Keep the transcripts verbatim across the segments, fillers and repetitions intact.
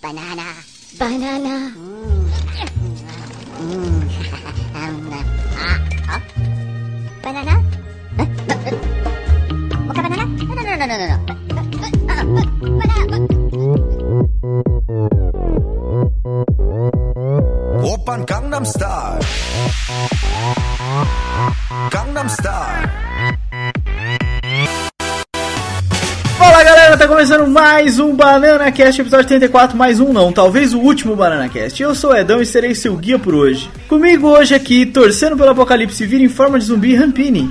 Banana. Banana. Mm. Mm. ah, oh. Banana? Huh? Mocha banana? No, no, no, no, no, no. Uh, uh, uh, banana. Oppan Gangnam Style. Gangnam Style. Fala galera, tá começando mais um Banana Cast, episódio trinta e quatro, mais um não, talvez o último Banana Cast. Eu sou o Edão e serei seu guia por hoje. Comigo hoje aqui, torcendo pelo apocalipse vir em forma de zumbi, Rampini.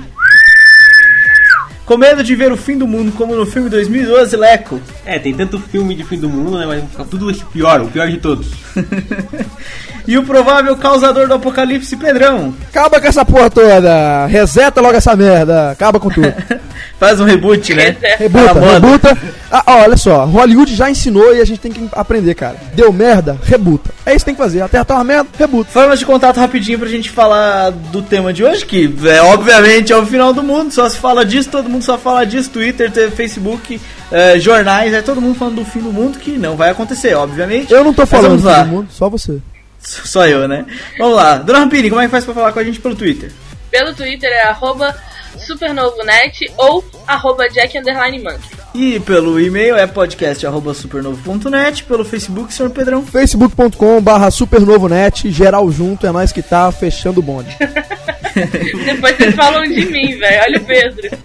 Com medo de ver o fim do mundo como no filme dois mil e doze, Leco. É, tem tanto filme de fim do mundo, né, mas vai ficar tudo esse pior, o pior de todos. E o provável causador do apocalipse, Pedrão. Acaba com essa porra toda, reseta logo essa merda, acaba com tudo. Faz um reboot, né? Rebuta, tá rebuta. Ah, ó, olha só, Hollywood já ensinou e a gente tem que aprender, cara. Deu merda, rebuta. É isso que tem que fazer, a Terra tá uma merda, rebuta. Formas de contato rapidinho pra gente falar do tema de hoje, que é, obviamente é o final do mundo, só se fala disso, todo mundo só fala disso, Twitter, Facebook, é, jornais, é todo mundo falando do fim do mundo, que não vai acontecer, obviamente. Eu não tô falando do fim do mundo, só você. Só eu, né? Vamos lá. Dona Rampini, como é que faz pra falar com a gente pelo Twitter? Pelo Twitter é arroba supernovonet ou arroba jack underline monkey. E pelo e-mail é podcast arroba supernovo ponto net. Pelo Facebook, senhor Pedrão? facebook ponto com barra supernovonet, geral junto, é nós que tá fechando o bonde. Depois vocês falam de mim, velho. Olha o Pedro.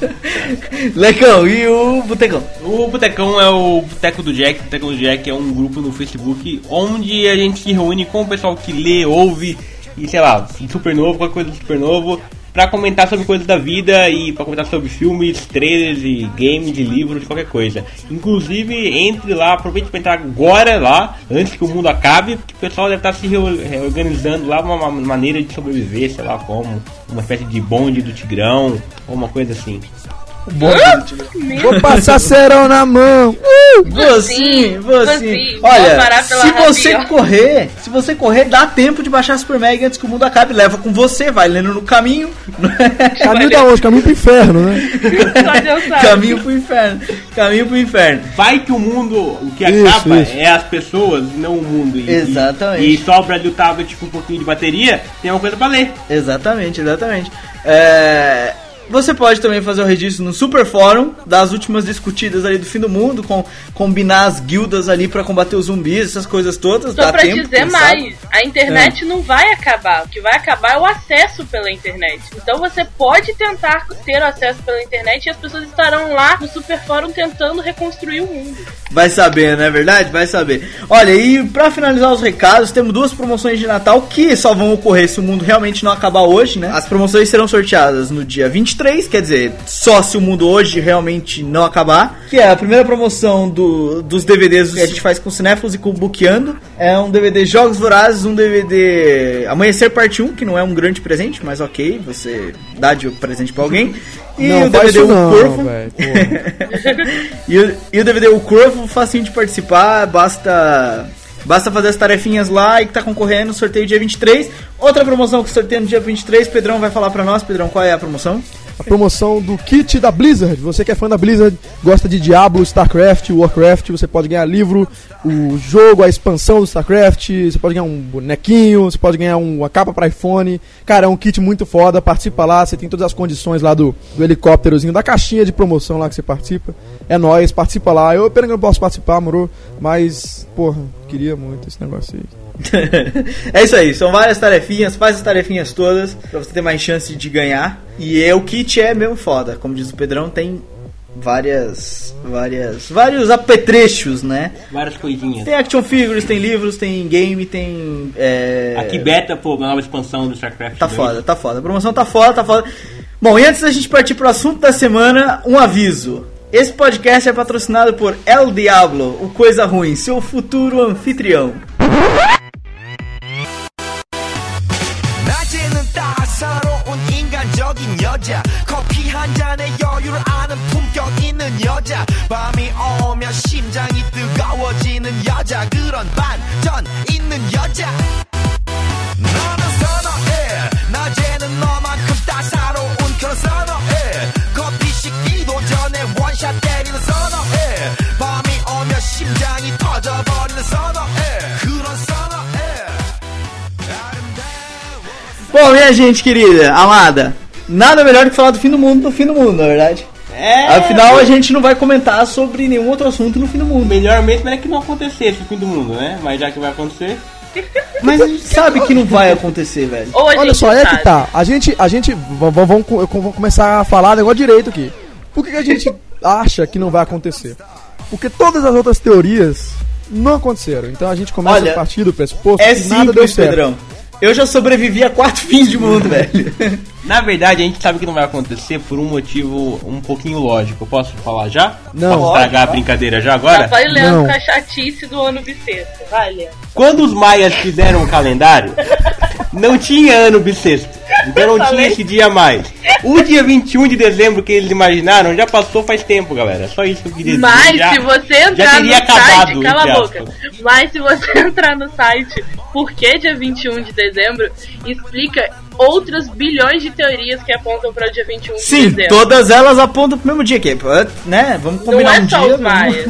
Lecão, e o Botecão? O Botecão é o Boteco do Jack. O Boteco do Jack é um grupo no Facebook onde a gente se reúne com o pessoal que lê, ouve e sei lá, super novo, qualquer coisa super novo, pra comentar sobre coisas da vida e pra comentar sobre filmes, trailers e games, e livros, qualquer coisa. Inclusive, entre lá, aproveite pra entrar agora lá, antes que o mundo acabe, porque o pessoal deve estar se reorganizando lá, uma, uma maneira de sobreviver, sei lá como, uma espécie de bonde do Tigrão, ou uma coisa assim. Bonde do Tigrão. Vou passar cerol na mão. Uh, vou sim, vou sim. Olha, se você rabinha. correr, se você correr, dá tempo de baixar Super Mag antes que o mundo acabe. Leva com você, vai lendo no caminho. Caminho da onde? Caminho pro inferno, né? Caminho pro inferno. Caminho pro inferno. Vai que o mundo, o que Isso, acaba isso. é as pessoas, não o mundo. E, Exatamente. E, e sobra do tablet com um pouquinho de bateria, tem uma coisa pra ler. Exatamente, exatamente. É... Você pode também fazer o registro no Super Fórum das últimas discutidas ali do fim do mundo, com, combinar as guildas ali pra combater os zumbis, essas coisas todas. Só dá pra tempo, dizer sabe? mais, a internet é. não vai acabar. O que vai acabar é o acesso pela internet. Então você pode tentar ter acesso pela internet e as pessoas estarão lá no Super Fórum tentando reconstruir o mundo. Vai saber, não é verdade? Vai saber. Olha, e pra finalizar os recados, temos duas promoções de Natal que só vão ocorrer se o mundo realmente não acabar hoje, né? As promoções serão sorteadas no dia vinte e três, quer dizer, só se o mundo hoje realmente não acabar. Que é a primeira promoção do, dos D V Ds que a gente faz com Cinéfilos e com Bookando. É um D V D Jogos Vorazes, um D V D Amanhecer Parte um, que não é um grande presente, mas ok, você dá de presente pra alguém. E não, o D V D O não, Corvo. véio, e, o, e o D V D O Corvo, facinho de participar, basta... Basta fazer as tarefinhas lá e que tá concorrendo, sorteio dia vinte e três. Outra promoção que sorteia no dia vinte e três, Pedrão vai falar pra nós. Pedrão, qual é a promoção? A promoção do kit da Blizzard. Você que é fã da Blizzard, gosta de Diablo, Starcraft, Warcraft, você pode ganhar livro, o jogo, a expansão do Starcraft, você pode ganhar um bonequinho, você pode ganhar uma capa para iPhone. Cara, é um kit muito foda, participa lá, você tem todas as condições lá do, do helicópterozinho, da caixinha de promoção lá que você participa. É nóis, participa lá. Eu pena que eu não posso participar, moro, mas, porra, queria muito esse negócio aí. É isso aí, são várias tarefinhas, faz as tarefinhas todas pra você ter mais chance de ganhar. E é, o kit é mesmo foda, como diz o Pedrão, tem várias, várias, vários apetrechos, né? Várias coisinhas. Tem action figures, tem livros, tem game, tem... É... Aqui beta, pô, uma nova expansão do StarCraft Tá dois. foda, tá foda, a promoção tá foda, tá foda. Bom, e antes da gente partir pro assunto da semana, um aviso. Esse podcast é patrocinado por El Diablo, o Coisa Ruim, seu futuro anfitrião. 여자 커피 한 잔에 여유를 아는 품격 있는 여자 밤이 오면 심장이 뜨거워지는 여자 그런 반전 있는 여자 너는 선어해 낮에는 너만큼 따사로운 그런 선어해 커피 식기도 전에 원샷 때리는 선어해 밤이 오면 심장이 터져버리는 선어해 Bom, minha gente querida, amada, nada melhor do que falar do fim do mundo do fim do mundo, na verdade. É. Afinal, a gente não vai comentar sobre nenhum outro assunto no fim do mundo. Melhor mesmo é que não acontecesse o fim do mundo, né? Mas já que vai acontecer... Mas a gente sabe que não vai acontecer, velho. Ou a Olha gente só, é sabe. que tá. A gente, a gente, vamos, vamos, vamos começar a falar negócio direito aqui. Por que, que a gente acha que não vai acontecer? Porque todas as outras teorias não aconteceram. Então a gente começa Olha, a partir do pressuposto É que nada deu simples, certo. Pedrão. Eu já sobrevivi a quatro fins de mundo, velho. Na verdade, a gente sabe que não vai acontecer por um motivo um pouquinho lógico. Eu posso falar já? Não. Posso estragar a brincadeira já Já agora? vai lendo Não. com a chatice do ano bissexto. Vai, Leandro. Quando os maias fizeram o calendário, não tinha ano bissexto. Então não tinha esse dia a mais. O dia vinte e um de dezembro que eles imaginaram já passou faz tempo, galera. Só isso que eu queria dizer. Mas já, se você já entrar no teria acabado, site, cala entre a boca. aspas. Mas se você entrar no site, por que dia vinte e um de dezembro, explica outras bilhões de teorias que apontam para o dia vinte e um de Sim, dezembro. todas elas apontam pro mesmo dia, que é, né? Vamos Não combinar é um só dia. os maias.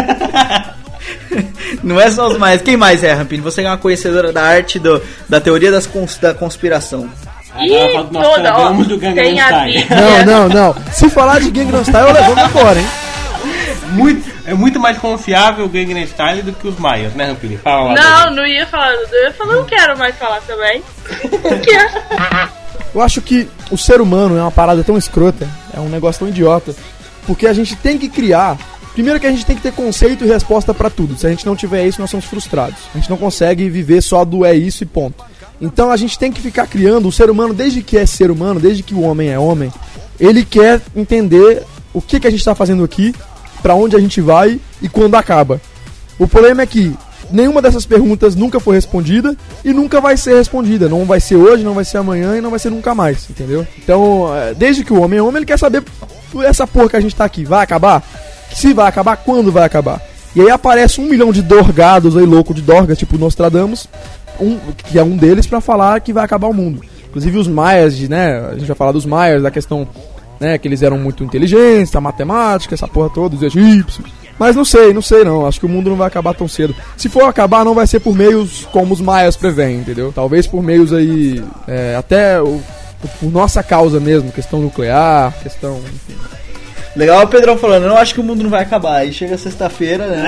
Não é só os mais. Quem mais é, Rampini? Você é uma conhecedora da arte do, da teoria das cons, da conspiração. E Agora fala do nosso toda, ó, programa do Gangnam tem a Style. Bíblia. Não, não, não. Se falar de Gangnam Style, eu levo embora, hein? Muito, é muito mais confiável o Gangnam Style do que os maias, né, Rampini? Fala lá. Não, Dani. não ia falar. Eu ia falar, não quero mais falar também. Não quero. Eu acho que o ser humano é uma parada tão escrota, é um negócio tão idiota, porque a gente tem que criar. Primeiro que a gente tem que ter conceito e resposta pra tudo. Se a gente não tiver isso, nós somos frustrados. A gente não consegue viver só do é isso e ponto. Então a gente tem que ficar criando. O ser humano, desde que é ser humano, desde que o homem é homem, ele quer entender o que, que a gente tá fazendo aqui, pra onde a gente vai e quando acaba. O problema é que nenhuma dessas perguntas nunca foi respondida e nunca vai ser respondida. Não vai ser hoje, não vai ser amanhã e não vai ser nunca mais, entendeu? Então, desde que o homem é homem, ele quer saber essa porra que a gente tá aqui, vai acabar? Se vai acabar, quando vai acabar? E aí aparece um milhão de dorgados aí, louco de dorga, tipo Nostradamus, um, que é um deles, pra falar que vai acabar o mundo. Inclusive os maias, né, a gente vai falar dos maias, da questão, né, que eles eram muito inteligentes, a matemática, essa porra toda, os egípcios. Mas não sei, não sei não, acho que o mundo não vai acabar tão cedo. Se for acabar, não vai ser por meios como os maias preveem, entendeu? Talvez por meios aí, é, até o, por nossa causa mesmo, questão nuclear, questão, enfim. Legal o Pedrão falando, eu não acho que o mundo não vai acabar. Aí chega sexta-feira, né?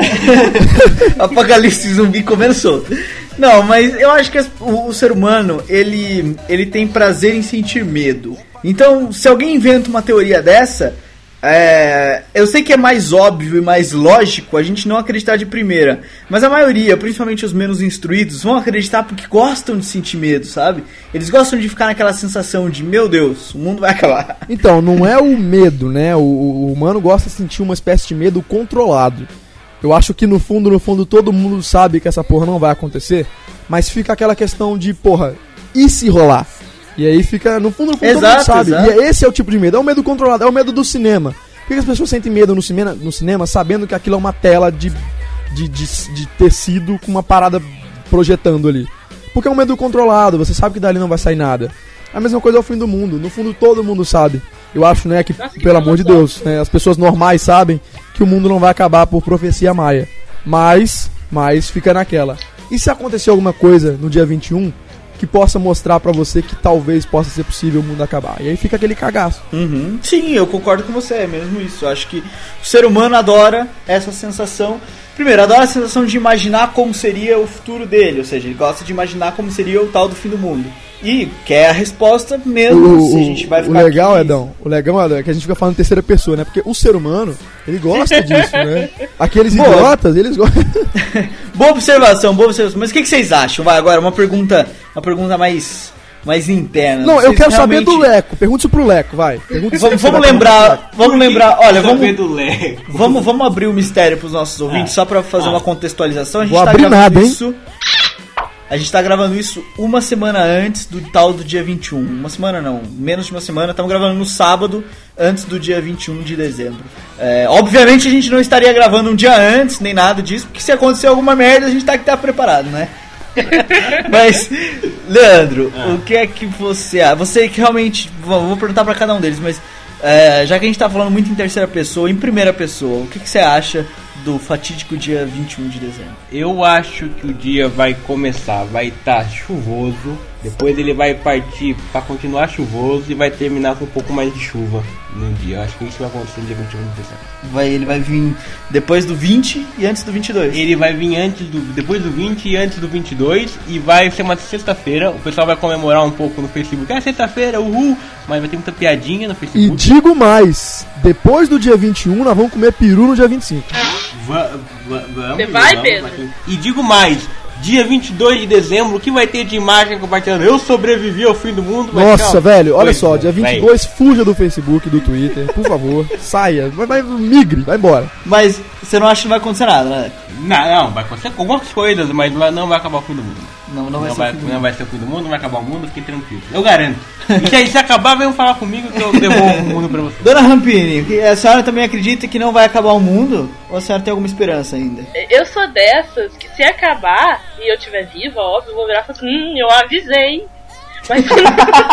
Apocalipse zumbi comendo solto. Não, mas eu acho que as, o, o ser humano, ele, ele tem prazer em sentir medo. Então, se alguém inventa uma teoria dessa, é, eu sei que é mais óbvio e mais lógico a gente não acreditar de primeira. Mas a maioria, principalmente os menos instruídos, vão acreditar porque gostam de sentir medo, sabe? Eles gostam de ficar naquela sensação de, meu Deus, o mundo vai acabar. Então, não é o medo, né? O, o humano gosta de sentir uma espécie de medo controlado. Eu acho que no fundo, no fundo, todo mundo sabe que essa porra não vai acontecer, mas fica aquela questão de, porra, e se rolar? E aí fica, no fundo, no fundo, Exato, todo mundo sabe. exato. E é- esse é o tipo de medo, é o medo controlado, é o medo do cinema. Por que as pessoas sentem medo no cinema, no cinema sabendo que aquilo é uma tela de, de, de, de tecido com uma parada projetando ali? Porque é um medo controlado, você sabe que dali não vai sair nada. A mesma coisa é o fim do mundo, no fundo todo mundo sabe. Eu acho, né, que, Nossa, que pelo amor de filosófico. Deus, né, as pessoas normais sabem que o mundo não vai acabar por profecia maia. Mas, mas fica naquela. E se acontecer alguma coisa no dia vinte e um que possa mostrar pra você que talvez possa ser possível o mundo acabar? E aí fica aquele cagaço. Uhum. Sim, eu concordo com você, é mesmo isso. Eu acho que o ser humano adora essa sensação. Primeiro, adora a sensação de imaginar como seria o futuro dele. Ou seja, ele gosta de imaginar como seria o tal do fim do mundo. E quer a resposta mesmo, O, se a gente vai o ficar legal, aqui. Edão, o legal é que a gente fica falando em terceira pessoa, né? Porque o ser humano, ele gosta disso, né? Aqueles Boa. idiotas, eles gostam. Boa observação, boa observação. Mas o que, que vocês acham? Vai, agora, uma pergunta, uma pergunta mais, mais interna. Não, eu Vocês quero saber realmente- do Leco. Pergunte isso pro Leco, vai. Pergunte isso Vamos, pro vamos Leco. lembrar, vamos lembrar, olha, Saber vamos, do Leco. vamos, vamos abrir o mistério pros nossos ouvintes, Ah. só pra fazer Ah. uma contextualização. A gente Vou tá abrir gravando nada, hein? isso. A gente tá gravando isso uma semana antes do tal do dia vinte e um. Uma semana não, menos de uma semana. Estamos gravando no sábado, antes do dia vinte e um de dezembro. É, obviamente a gente não estaria gravando um dia antes, nem nada disso, porque se acontecer alguma merda, a gente tá que tá preparado, né? Mas, Leandro, o que é que você acha? Você que realmente, vou vou perguntar pra cada um deles, mas é, já que a gente tá falando muito em terceira pessoa, em primeira pessoa, o que, que você acha do fatídico dia vinte e um de dezembro? Eu acho que o dia vai começar, vai estar chuvoso, depois ele vai partir para continuar chuvoso e vai terminar com um pouco mais de chuva no dia. Eu acho que isso vai acontecer no dia vinte e um de dezembro. Vai, ele vai vir depois do vinte e antes do vinte e dois. Ele vai vir antes do, depois do vinte e antes do vinte e dois e vai ser uma sexta-feira. O pessoal vai comemorar um pouco no Facebook. É sexta-feira, uhul! Mas vai ter muita piadinha no Facebook. E digo mais, depois do dia vinte e um nós vamos comer peru no dia vinte e cinco. Va- va- vamos, Você vai, vamos, Pedro? vai. E digo mais, dia vinte e dois de dezembro, o que vai ter de imagem compartilhando? Eu sobrevivi ao fim do mundo. Vai Nossa, ficar uma velho, olha coisa, só, dia vinte e dois, velho. fuja do Facebook, do Twitter, por favor, saia, vai, vai, migre, vai embora. Mas você não acha que não vai acontecer nada, né? Não, não, vai acontecer algumas coisas, mas não vai- não vai acabar o fim do mundo. Não, não vai Não ser vai, o fim do não vai ser o fim do mundo, não vai acabar o mundo, fiquem tranquilos. Eu garanto. E se, se acabar, venham falar comigo que eu devolvo o mundo pra você. Dona Rampini, que a senhora também acredita que não vai acabar o mundo? Ou a senhora tem alguma esperança ainda? Eu sou dessas que se acabar e eu estiver viva, óbvio, eu vou virar e falar assim, hum, eu avisei. Mas se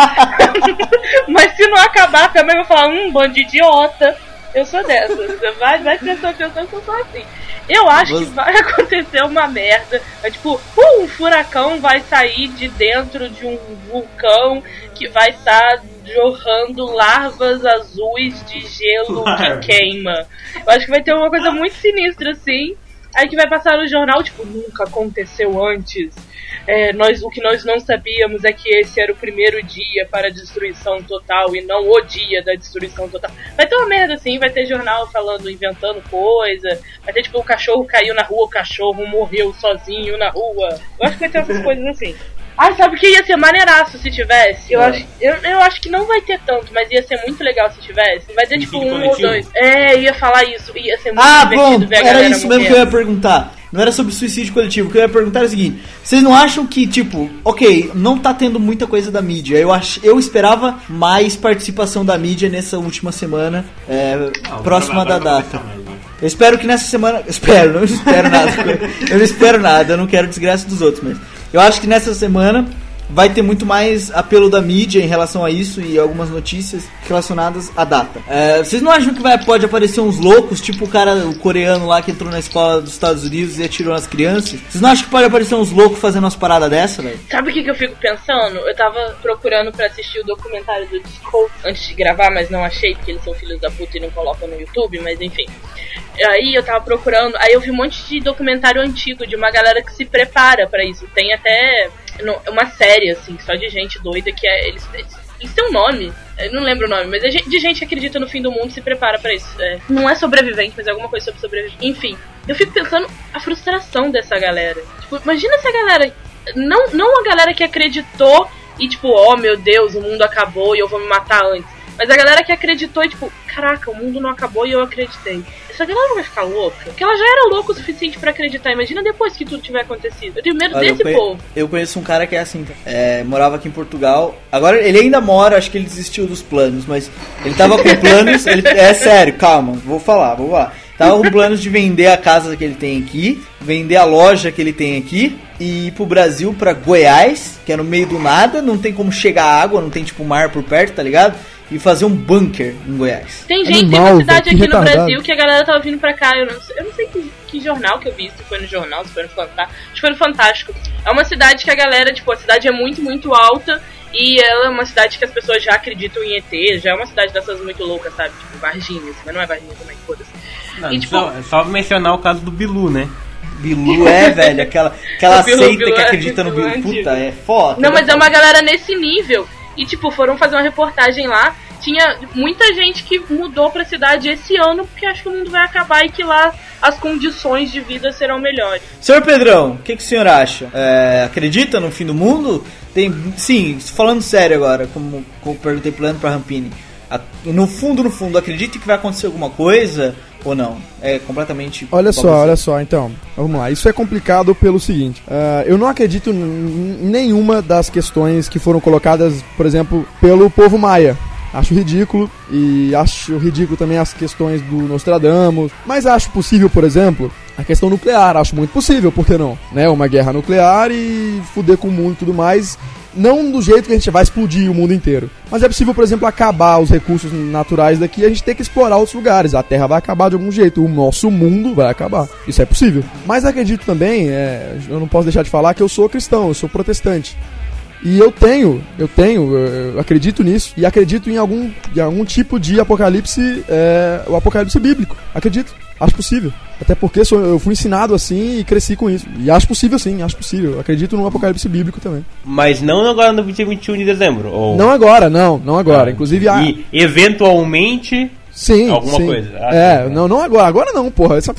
não, mas se não acabar, também eu vou falar, hum, bando de idiota. Eu sou dessas. Vai, vai prestando atenção que eu sou assim. Eu acho Você- que vai acontecer uma merda. É tipo, uh, um furacão vai sair de dentro de um vulcão que vai estar jorrando larvas azuis de gelo Larva. que queima. Eu acho que vai ter uma coisa muito sinistra assim. Aí que vai passar no jornal, tipo, nunca aconteceu antes. É, nós, o que nós não sabíamos é que esse era o primeiro dia para a destruição total e não o dia da destruição total. Vai ter uma merda assim, vai ter jornal falando, inventando coisa. Vai ter tipo, o cachorro caiu na rua, o cachorro morreu sozinho na rua. Eu acho que vai ter essas coisas assim. Ah, sabe o que ia ser maneiraço se tivesse? Eu, É. acho, eu, eu acho que não vai ter tanto, mas ia ser muito legal se tivesse. Vai ter tipo Suicídio um coletivo? ou dois. É, ia falar isso. Ia ser muito Ah, divertido bom, ver a era galera isso mesmo que eu morrendo. ia perguntar. Não era sobre suicídio coletivo. O que eu ia perguntar é o seguinte: vocês não acham que, tipo, ok, não tá tendo muita coisa da mídia? Eu, ach, eu esperava mais participação da mídia nessa última semana, é, próxima da data. Eu espero que nessa semana. Eu espero, não espero nada. Eu não espero nada, eu não quero desgraça dos outros, mas eu acho que nessa semana vai ter muito mais apelo da mídia em relação a isso e algumas notícias relacionadas à data. É, vocês não acham que vai, pode aparecer uns loucos, tipo o cara, o coreano lá que entrou na escola dos Estados Unidos e atirou nas crianças? Vocês não acham que pode aparecer uns loucos fazendo umas paradas dessa, velho? Sabe o que, que eu fico pensando? Eu tava procurando pra assistir o documentário do Disco antes de gravar, mas não achei, porque eles são filhos da puta e não colocam no YouTube, mas enfim. Aí eu tava procurando, aí eu vi um monte de documentário antigo de uma galera que se prepara pra isso. Tem até no- uma série, assim, só de gente doida que é. Eles, eles, eles têm um nome, eu não lembro o nome, mas é de gente que acredita no fim do mundo e se prepara pra isso. É, não é sobrevivente, mas é alguma coisa sobre sobrevivente. Enfim, eu fico pensando a frustração dessa galera. Tipo, imagina essa galera. Não, não a galera que acreditou e tipo, oh meu Deus, o mundo acabou e eu vou me matar antes. Mas a galera que acreditou e tipo, caraca, o mundo não acabou e eu acreditei. Essa galera não vai ficar louca? Porque ela já era louca o suficiente pra acreditar. Imagina depois que tudo tiver acontecido. Eu tenho medo Olha, eu, desse conhe- povo. eu conheço um cara que é assim, é, morava aqui em Portugal. Agora ele ainda mora, acho que ele desistiu dos planos, mas ele tava com planos. Ele, é sério, calma, vou falar, vou falar. Tava com planos de vender a casa que ele tem aqui, vender a loja que ele tem aqui e ir pro Brasil, pra Goiás, que é no meio do nada, não tem como chegar água, não tem tipo mar por perto, tá ligado? E fazer um bunker em Goiás. Tem gente, tem Animal, uma cidade velho, que aqui no retardado. Brasil que a galera tava vindo pra cá. Eu não sei, eu não sei que, que jornal que eu vi, se foi no jornal, se foi no Fantástico. Acho que foi no Fantástico. É uma cidade que a galera, tipo, a cidade é muito, muito alta. E ela é uma cidade que as pessoas já acreditam em E T. Já é uma cidade dessas muito loucas, sabe? Tipo, Varginha, mas não é Varginha também, foda-se. Não, E, tipo, só, é só mencionar o caso do Bilu, né? Bilu é, velho, aquela, aquela O Bilu, seita Bilu que é- acredita no Bilu é Bilu. antigo. Puta, é foda. Não, mas é uma galera nesse nível. E, tipo, foram fazer uma reportagem lá. Tinha muita gente que mudou pra cidade esse ano porque acha que o mundo vai acabar e que lá as condições de vida serão melhores. Senhor Pedrão, o que, que o senhor acha? É, acredita no fim do mundo? Tem, sim, falando sério agora, como, como perguntei pro Leandro pra Rampini. A- No fundo, no fundo, acredita que vai acontecer alguma coisa ou não? É completamente... Olha só, bagunça. olha só, então, vamos lá. Isso é complicado pelo seguinte: ah, eu não acredito em nenhuma das questões que foram colocadas, por exemplo, pelo povo maia. Acho ridículo. E acho ridículo também as questões do Nostradamus. Mas acho possível, por exemplo, a questão nuclear. Acho muito possível, por que não? Né? Uma guerra nuclear e fuder com o mundo e tudo mais. Não do jeito que a gente vai explodir o mundo inteiro. Mas é possível, por exemplo, acabar os recursos naturais daqui e a gente ter que explorar outros lugares. A Terra vai acabar de algum jeito. O nosso mundo vai acabar. Isso é possível. Mas acredito também, é, eu não posso deixar de falar que eu sou cristão, eu sou protestante. E eu tenho, eu tenho, eu acredito nisso. E acredito em algum, em algum tipo de apocalipse, é, o apocalipse bíblico. Acredito. Acho possível. Até porque sou, eu fui ensinado assim e cresci com isso. E acho possível sim, acho possível. Acredito no apocalipse bíblico também. Mas não agora no dia vinte e um de dezembro? Ou... Não agora, não, não agora. Ah, Inclusive a... E eventualmente... Sim, alguma sim. coisa. Ah, é, sim. não, não agora. Agora não, porra. Essa...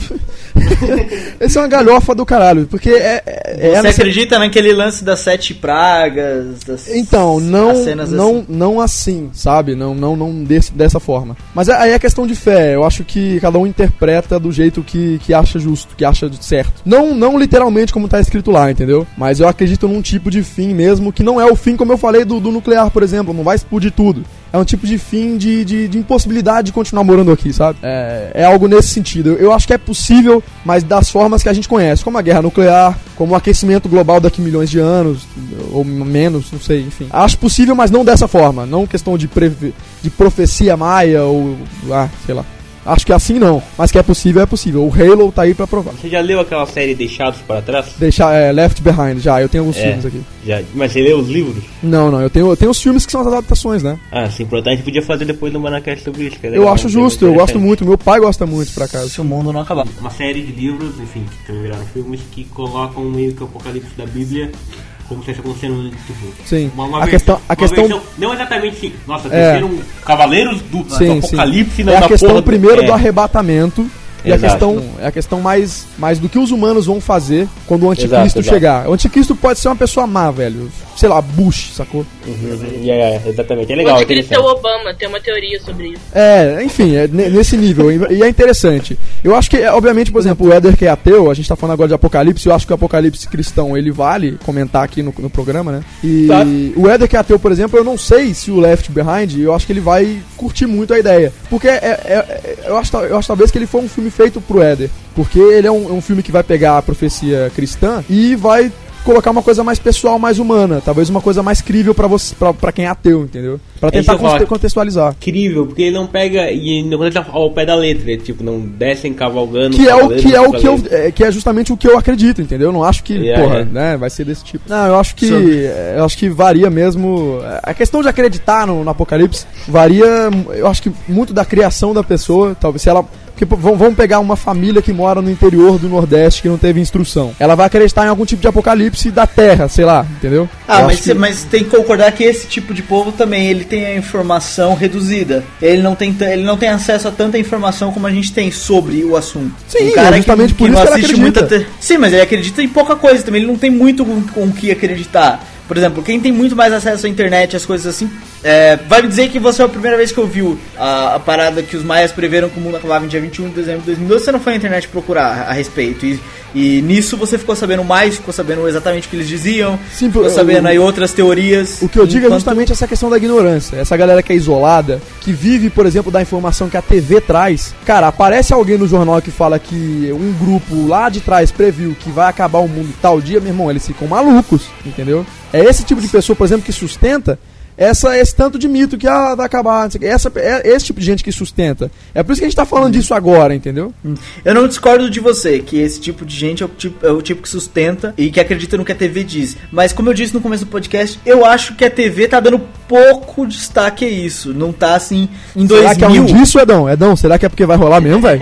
Esse é uma galhofa do caralho. Porque é. é Você é nessa... acredita naquele lance das sete pragas? Das... Então, não, cenas não, assim. não assim, sabe? Não, não, não desse, dessa forma. Mas aí é questão de fé. Eu acho que cada um interpreta do jeito que, que acha justo, que acha certo. Não, não literalmente como tá escrito lá, entendeu? Mas eu acredito num tipo de fim mesmo, que não é o fim, como eu falei, do, do nuclear, por exemplo. Não vai explodir tudo. É um tipo de fim de, de, de impossibilidade de continuar morando aqui, sabe? É, é algo nesse sentido. Eu, eu acho que é possível, mas das formas que a gente conhece. Como a guerra nuclear, como o aquecimento global daqui a milhões de anos, ou menos, não sei, enfim. Acho possível, mas não dessa forma. Não questão de, pre, de profecia maia, ou... Ah, sei lá. Acho que assim não, mas que é possível, é possível. O Halo tá aí pra provar. Você já leu aquela série Deixados para Trás? Deixar, é, Left Behind, já, eu tenho alguns é, filmes aqui. Já, mas você leu os livros? Não, não, eu tenho, eu tenho os filmes que são as adaptações, né? Ah, sim, importante, a gente podia fazer depois no Manacast sobre isso. Que é eu legal, acho justo, eu gosto muito, meu pai gosta muito, por acaso. Se o mundo não acabar. Uma série de livros, enfim, que também viraram filmes, que colocam meio que o apocalipse da Bíblia como se estivesse acontecendo, tipo, sim. Uma, uma a vers- questão, a uma questão... versão, não exatamente assim, nossa, É. desceram cavaleiros do, sim, do apocalipse sim. na É a na questão porra primeiro é. do arrebatamento. E a Exato. questão, é a questão mais, mais do que os humanos vão fazer quando o anticristo Exato, exato. chegar. O anticristo pode ser uma pessoa má, velho. Sei lá, Bush, sacou? Uhum. É, é, exatamente, é O legal. anticristo é o Obama, tem uma teoria sobre isso. É, enfim, é n- nesse nível. E é interessante. Eu acho que, é, obviamente, por exemplo, o Éder que é ateu, a gente tá falando agora de apocalipse, eu acho que o apocalipse cristão, ele vale comentar aqui no, no programa, né? E Tá. o Éder que é ateu, por exemplo, eu não sei se o Left Behind, eu acho que ele vai curtir muito a ideia. Porque é, é, é, eu, acho, eu acho talvez que ele foi um filme feito pro Éder. Porque ele é um, é um filme que vai pegar a profecia cristã e vai colocar uma coisa mais pessoal, mais humana, talvez uma coisa mais crível pra você, pra, pra quem é ateu, entendeu? Pra É isso tentar que eu falo. conte- contextualizar. Incrível, porque ele não pega e não contesta ao pé da letra, tipo, não descem cavalgando. Que é o cavaleiros, que é o que eu cavaleiros. é, que é justamente o que eu acredito, entendeu? Eu não acho que, Yeah, porra, yeah. né, vai ser desse tipo. Não, eu acho que Sobre- é, eu acho que varia mesmo. A questão de acreditar no, no apocalipse varia, eu acho que muito da criação da pessoa, talvez se ela porque pô, vamos vamos pegar uma família que mora no interior do Nordeste que não teve instrução. Ela vai acreditar em algum tipo de apocalipse da Terra, sei lá, entendeu? Ah, Eu mas, acho que- mas tem que concordar que esse tipo de povo também, ele tem a informação reduzida. Ele não tem, t- ele não tem acesso a tanta informação como a gente tem sobre o assunto. Sim, um cara é justamente por não isso que ele assiste acredita. muita te- Sim, mas ele acredita em pouca coisa também, ele não tem muito com, com o que acreditar. Por exemplo, quem tem muito mais acesso à internet, as coisas assim, é, vai me dizer que você é a primeira vez que ouviu a, a parada que os maias preveram que o mundo acabava em dia vinte e um de dezembro de dois mil e doze, você não foi na internet procurar a, a respeito. E, e nisso você ficou sabendo mais, ficou sabendo exatamente o que eles diziam, Sim, ficou eu- sabendo aí outras teorias. O que eu digo é enquanto- justamente essa questão da ignorância. Essa galera que é isolada, que vive, por exemplo, da informação que a T V traz. Cara, aparece alguém no jornal que fala que um grupo lá de trás previu que vai acabar o mundo tal dia, meu irmão, eles ficam malucos, entendeu? É esse tipo de pessoa, por exemplo, que sustenta essa, esse tanto de mito que ah, vai acabar. Não sei o quê. Essa, é esse tipo de gente que sustenta. É por isso que a gente tá falando disso agora, entendeu? Eu não discordo de você, que esse tipo de gente é o tipo, é o tipo que sustenta e que acredita no que a T V diz. Mas como eu disse no começo do podcast, eu acho que a T V tá dando pouco destaque a isso. Não tá assim em Será que é um dois mil. indício, Edão? Edão, será que é porque vai rolar mesmo, velho?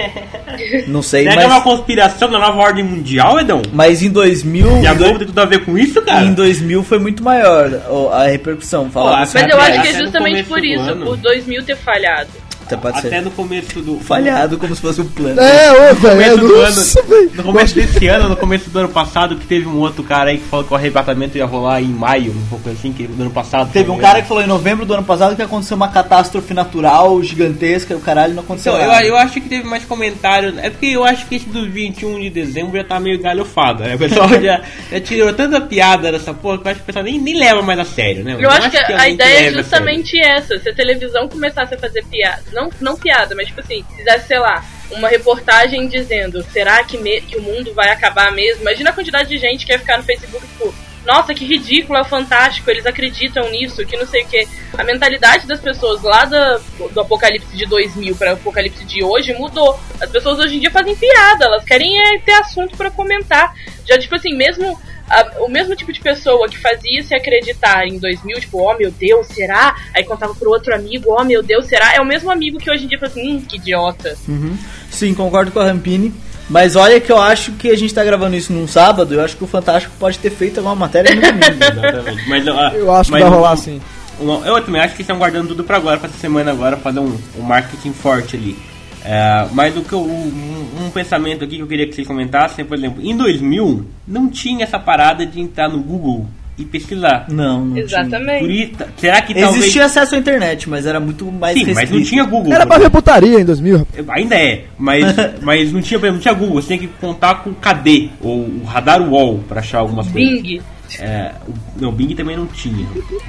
Não sei, Será que é uma mas, conspiração da nova ordem mundial, Edão? mas em dois mil. E a Globo tem tudo a ver com isso, cara? Em dois mil foi muito maior ó, a repercussão. Falava Pô, assim, Mas eu Até- acho que é até no justamente começo por do isso, ano. por dois mil ter falhado. Até pode até ser. no começo do... Falhado, como se fosse um plano. É, ô, No velho. começo do Nossa, ano, velho. no começo desse ano, no começo do ano passado, que teve um outro cara aí que falou que o arrebatamento ia rolar em maio, um pouco assim, que do ano passado. Teve um cara que falou em novembro do ano passado que aconteceu uma catástrofe natural gigantesca e o caralho não aconteceu Então, eu, nada. eu acho que teve mais comentário. É porque eu acho que esse do vinte e um de dezembro já tá meio galhofado, né? O pessoal já, já tirou tanta piada dessa porra que eu acho que o pessoal nem, nem leva mais a sério, né? Eu não acho que a alguém ideia é leve a justamente essa. Se a televisão começasse a fazer piada, não, não piada, mas tipo assim, fizesse, sei lá, uma reportagem dizendo, será que, me, que o mundo vai acabar mesmo? Imagina a quantidade de gente que ia ficar no Facebook, tipo, nossa, que ridículo, é fantástico, eles acreditam nisso, que não sei o que. A mentalidade das pessoas lá do, do apocalipse de dois mil para o apocalipse de hoje mudou. As pessoas hoje em dia fazem piada, elas querem é, ter assunto para comentar. Já, tipo assim, mesmo a, o mesmo tipo de pessoa que fazia se acreditar em dois mil, tipo, oh meu Deus, será? Aí contava pro outro amigo, oh meu Deus, será? É o mesmo amigo que hoje em dia fala assim, hum, que idiota. Uhum. Sim, concordo com a Rampini. Mas olha que eu acho que a gente tá gravando isso num sábado, eu acho que o Fantástico pode ter feito alguma matéria no domingo. Exatamente. Mas, uh, Eu acho que mas vai um- rolar assim. um- eu também acho que estão guardando tudo pra agora, pra essa semana agora, fazer um, um marketing forte ali. É, mas o que eu, um, um pensamento aqui que eu queria que vocês comentassem, por exemplo, em dois mil não tinha essa parada de entrar no Google e pesquisar. Não, não Exatamente. Por isso, será que tinha. talvez... Existia acesso à internet, mas era muito mais Sim, mas restrito. não tinha Google. Era pra ver putaria em dois mil. Ainda é, mas, mas não tinha, por exemplo, não tinha Google, você tinha que contar com o K D, ou o Radar Wall, pra achar algumas coisas. Bing. É, o, não, Bing também não tinha.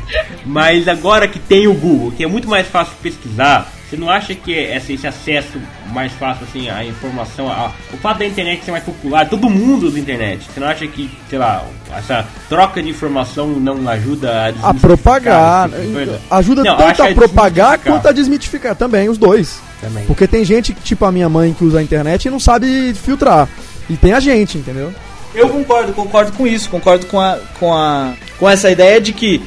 Mas agora que tem o Google, que é muito mais fácil pesquisar, você não acha que esse, esse acesso mais fácil assim, à informação, a, o fato da internet ser mais popular, todo mundo usa a internet, você não acha que, sei lá, essa troca de informação não ajuda a A desmistificar propagar. esse tipo de coisa? Ajuda Não, eu tanto acho a é propagar desmitificar. quanto a desmitificar também, os dois. Também. Porque tem gente, tipo a minha mãe, que usa a internet e não sabe filtrar. E tem a gente, entendeu? Eu concordo, concordo com isso, concordo com a, com a, com essa ideia de que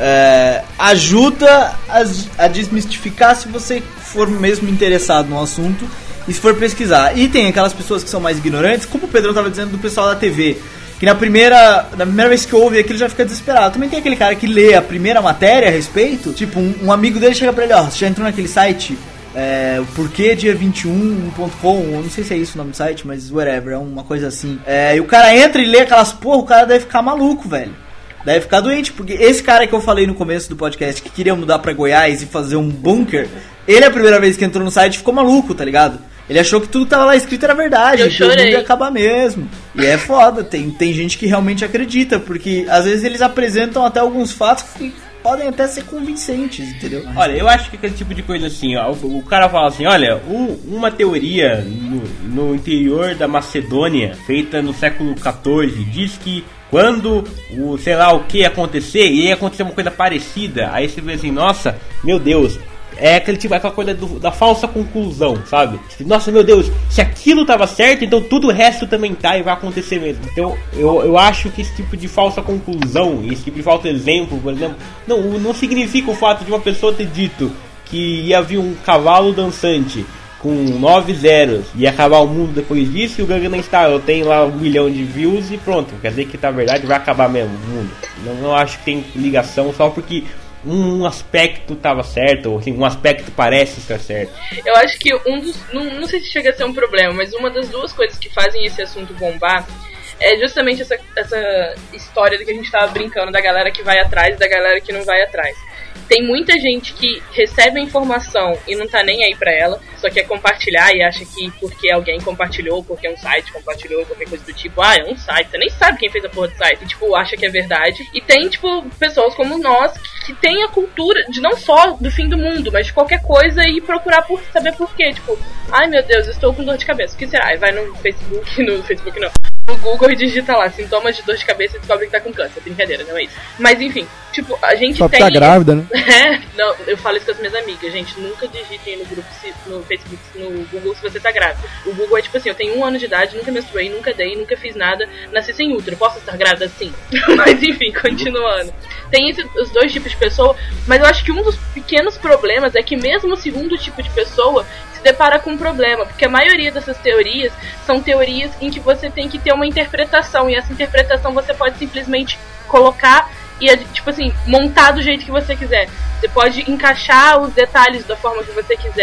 é, ajuda a, a desmistificar se você for mesmo interessado no assunto e se for pesquisar. E tem aquelas pessoas que são mais ignorantes, como o Pedro estava dizendo do pessoal da T V, que na primeira, na primeira vez que ouve aquilo já fica desesperado. Também tem aquele cara que lê a primeira matéria a respeito, tipo, um, um amigo dele chega pra ele, ó, você já entrou naquele site... É, o porquê dia vinte e um ponto com, eu não sei se é isso o nome do site, mas whatever, é uma coisa assim. É, e o cara entra e lê aquelas porra, o cara deve ficar maluco, velho. Deve ficar doente, porque esse cara que eu falei no começo do podcast que queria mudar pra Goiás e fazer um bunker, ele a primeira vez que entrou no site ficou maluco, tá ligado? Ele achou que tudo que tava lá escrito era verdade, Eu que o mundo chorei. ia acabar mesmo. E é foda, tem, tem gente que realmente acredita, porque às vezes eles apresentam até alguns fatos que podem até ser convincentes, entendeu? Olha, eu acho que aquele tipo de coisa assim, ó, o, o cara fala assim, olha, um- uma teoria no, no interior da Macedônia, feita no século quatorze, diz que quando o sei lá o que ia acontecer, ia acontecer uma coisa parecida, aí você vê assim, nossa, meu Deus, é aquele tipo, aquela coisa do- da falsa conclusão, sabe? Nossa, meu Deus, se aquilo tava certo, então tudo o resto também tá e vai acontecer mesmo. Então, eu, eu acho que esse tipo de falsa conclusão, esse tipo de falso exemplo, por exemplo, não, não significa o fato de uma pessoa ter dito que ia vir um cavalo dançante com nove zeros e acabar o mundo depois disso, e o Gangnam Style tem lá um milhão de views e pronto, quer dizer que na verdade vai acabar mesmo o mundo. Não, não acho que tem ligação só porque um aspecto estava certo, ou assim, um aspecto parece estar certo. Eu acho que um dos. Não, não sei se chega a ser um problema, mas uma das duas coisas que fazem esse assunto bombar é justamente essa, essa história do que a gente tava brincando, da galera que vai atrás e da galera que não vai atrás. Tem muita gente que recebe a informação e não tá nem aí pra ela, só quer compartilhar e acha que porque alguém compartilhou, porque um site compartilhou, qualquer coisa do tipo, ah, é um site, você nem sabe quem fez a porra do site, e, tipo, acha que é verdade. E tem, tipo, pessoas como nós que, que tem a cultura de não só do fim do mundo, mas de qualquer coisa e procurar por saber por quê. Tipo, ai meu Deus, estou com dor de cabeça, o que será? E vai no Facebook, no Facebook não, no Google e digita lá, sintomas de dor de cabeça e descobre que tá com câncer. Brincadeira, não é isso. Mas enfim, tipo, a gente Só tem... porque tá grávida, né? É, não, eu falo isso com as minhas amigas, gente, nunca digitem no grupo, se, no Facebook, no Google se você tá grávida. O Google é tipo assim, eu tenho um ano de idade, nunca menstruei, nunca dei, nunca fiz nada, nasci sem útero, posso estar grávida sim? Mas enfim, continuando. Tem esse, os dois tipos de pessoa, mas eu acho que um dos pequenos problemas é que mesmo o segundo tipo de pessoa se depara com um problema, porque a maioria dessas teorias são teorias em que você tem que ter uma interpretação, e essa interpretação você pode simplesmente colocar e, tipo assim, montar do jeito que você quiser. Você pode encaixar os detalhes da forma que você quiser.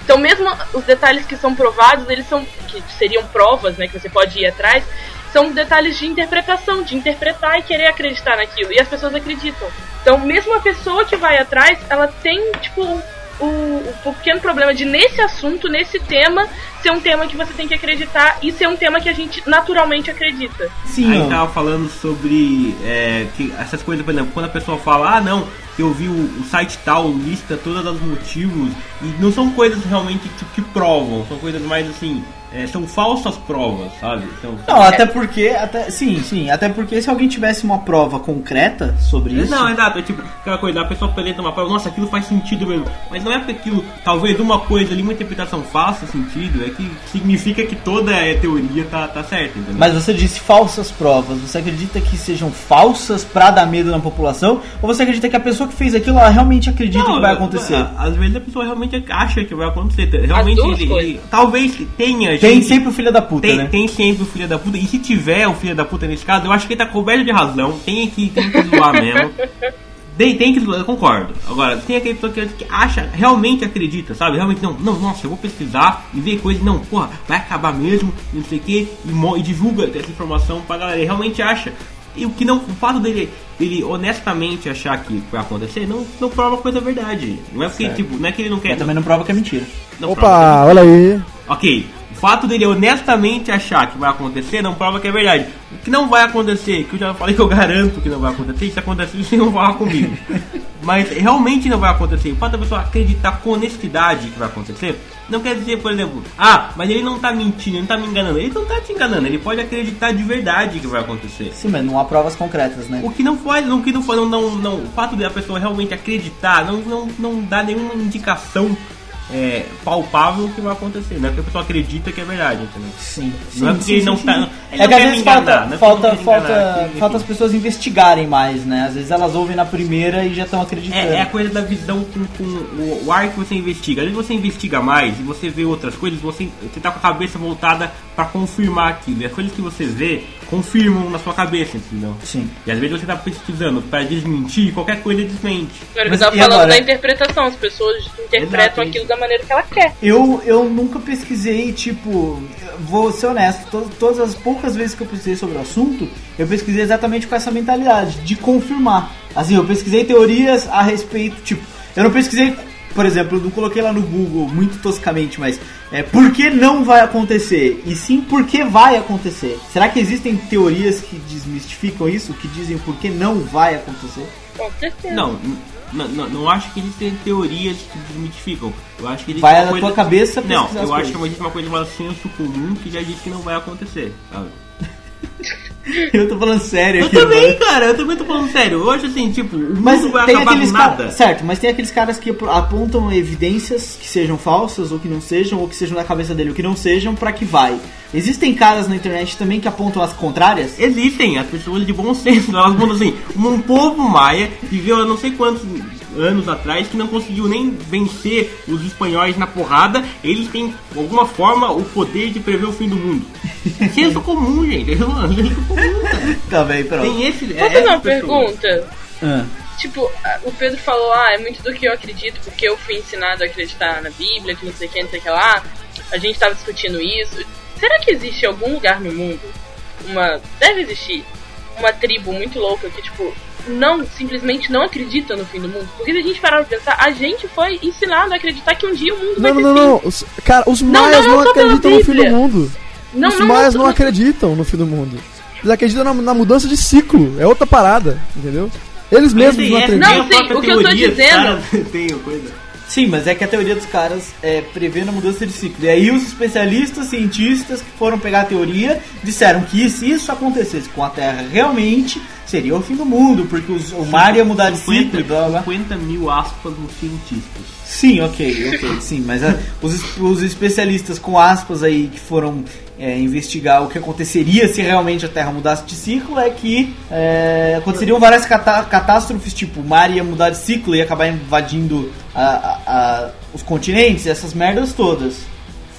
Então mesmo os detalhes que são provados, eles são, que seriam provas, né, que você pode ir atrás, são detalhes de interpretação, de interpretar e querer acreditar naquilo, e as pessoas acreditam. Então mesmo a pessoa que vai atrás, ela tem, tipo, o, o pequeno problema de, nesse assunto, nesse tema, ser um tema que você tem que acreditar e ser um tema que a gente naturalmente acredita. Sim, aí tava falando sobre é, que essas coisas, por exemplo, quando a pessoa fala, ah não, eu vi o, o site tal, lista todos os motivos, e não são coisas realmente que, que provam, são coisas mais assim, é, são falsas provas, sabe? Então, não, até porque, até, sim, sim, até porque se alguém tivesse uma prova concreta sobre isso... Não, exato, é tipo, aquela coisa, a pessoa apresenta uma prova, nossa, aquilo faz sentido mesmo, mas não é porque aquilo, talvez uma coisa ali, uma interpretação faça sentido, é que significa que toda a teoria tá, tá certa, entendeu? Mas você disse falsas provas, você acredita que sejam falsas pra dar medo na população, ou você acredita que a pessoa que fez aquilo, ela realmente acredita não, que vai acontecer? Às vezes a pessoa realmente acha que vai acontecer, realmente ele, ele, talvez tenha... Tem sempre o filho da puta, tem, né? Tem sempre o filho da puta. E se tiver o filho da puta nesse caso, eu acho que ele tá coberto de razão. Tem que, tem que zoar mesmo. Tem, tem que zoar, eu concordo. Agora, tem aquele pessoa que, que acha, realmente acredita, sabe? Realmente, não, não, nossa, eu vou pesquisar e ver coisas, não, porra, vai acabar mesmo, não sei o que, e, e divulga essa informação pra galera. Ele realmente acha. E o que não, o fato dele, dele honestamente achar que vai acontecer, não, não prova coisa verdade. Não é porque, certo. tipo, não é que ele não quer. Mas também não prova que é mentira. Não Opa, olha aí. Ok, o fato dele honestamente achar que vai acontecer não prova que é verdade. O que não vai acontecer, que eu já falei que eu garanto que não vai acontecer, se acontecer, você não vai falar comigo. Mas realmente não vai acontecer. O fato da pessoa acreditar com honestidade que vai acontecer, não quer dizer, por exemplo, ah, mas ele não tá mentindo, ele não tá me enganando. Ele não tá te enganando, ele pode acreditar de verdade que vai acontecer. Sim, mas não há provas concretas, né? O que não faz, o que não faz, não, não, não, o fato da pessoa realmente acreditar não, não, não dá nenhuma indicação é, palpável que vai acontecer, não é porque a pessoa acredita que é verdade, entendeu? Sim, não é porque sim, ele não sim, tá. sim. Ele é não que às quer vezes me enganar, falta, falta, falta, enganar, falta as pessoas investigarem mais, né? Às vezes elas ouvem na primeira e já estão acreditando. É, é a coisa da visão com, com o, o ar que você investiga. Às vezes você investiga mais e você vê outras coisas, você, você tá com a cabeça voltada pra confirmar aquilo. E as coisas que você vê confirmam na sua cabeça, entendeu? Sim. E às vezes você tá pesquisando pra desmentir, qualquer coisa desmente. Agora eu tava falando agora? da interpretação, as pessoas interpretam Exato. aquilo da maneira que ela quer. Eu, eu nunca pesquisei, tipo, vou ser honesto, to, todas as poucas vezes que eu pesquisei sobre o assunto, eu pesquisei exatamente com essa mentalidade, de confirmar. Assim, eu pesquisei teorias a respeito, tipo, eu não pesquisei, por exemplo, eu não coloquei lá no Google, muito toscamente, mas é, por que não vai acontecer? E sim, por que vai acontecer? Será que existem teorias que desmistificam isso, que dizem por que não vai acontecer? Com certeza. Não, não, não, não acho que existem teorias que desmitificam. Eu acho que vai na coisa... tua cabeça Não, eu acho coisas. que existe uma coisa chamada senso comum que já diz que não vai acontecer, sabe? Eu tô falando sério eu aqui. Eu também, mano. cara, eu também tô falando sério. Eu acho assim, tipo, o mas mundo vai tem acabar aqueles do nada. Ca... Certo, mas tem aqueles caras que apontam evidências que sejam falsas ou que não sejam, ou que sejam da cabeça dele ou que não sejam, pra que vai. Existem caras na internet também que apontam as contrárias? Existem, as pessoas de bom senso, elas apontam assim, um povo maia viveu há não sei quantos anos atrás que não conseguiu nem vencer os espanhóis na porrada, eles têm, de alguma forma, o poder de prever o fim do mundo. Senso comum, gente. Senso comum, cara. Tá bem, pronto. Tem esse, Posso fazer uma pergunta? Ah. Tipo, o Pedro falou, ah, é muito do que eu acredito, porque eu fui ensinado a acreditar na Bíblia, que não sei o que, não sei o que lá. A gente tava discutindo isso. Será que existe algum lugar no mundo, uma... deve existir, uma tribo muito louca que, tipo, não, simplesmente não acredita no fim do mundo? Porque se a gente parar pra pensar, a gente foi ensinado a acreditar que um dia o mundo não, vai não, ter não, fim. não, não. Os, cara, os maias não, não, não acreditam no fim do mundo. Não, os não, maias não, não, não acreditam no fim do mundo. Eles acreditam na, na mudança de ciclo. É outra parada, entendeu? Eles mesmos não acreditam. Não, sim, o que eu tô dizendo... Tem coisa... Sim, mas é que a teoria dos caras é prever a mudança de ciclo. E aí os especialistas, cientistas que foram pegar a teoria, disseram que se isso acontecesse com a Terra realmente, seria o fim do mundo, porque os, o mar ia mudar de ciclo e blá blá. cinquenta mil aspas nos cientistas. Sim, ok, ok, sim, mas a, os, os especialistas com aspas aí que foram é, investigar o que aconteceria se realmente a Terra mudasse de ciclo é que é, aconteceriam várias catá- catástrofes, tipo, o mar ia mudar de ciclo e acabar invadindo a, a, a, os continentes, essas merdas todas.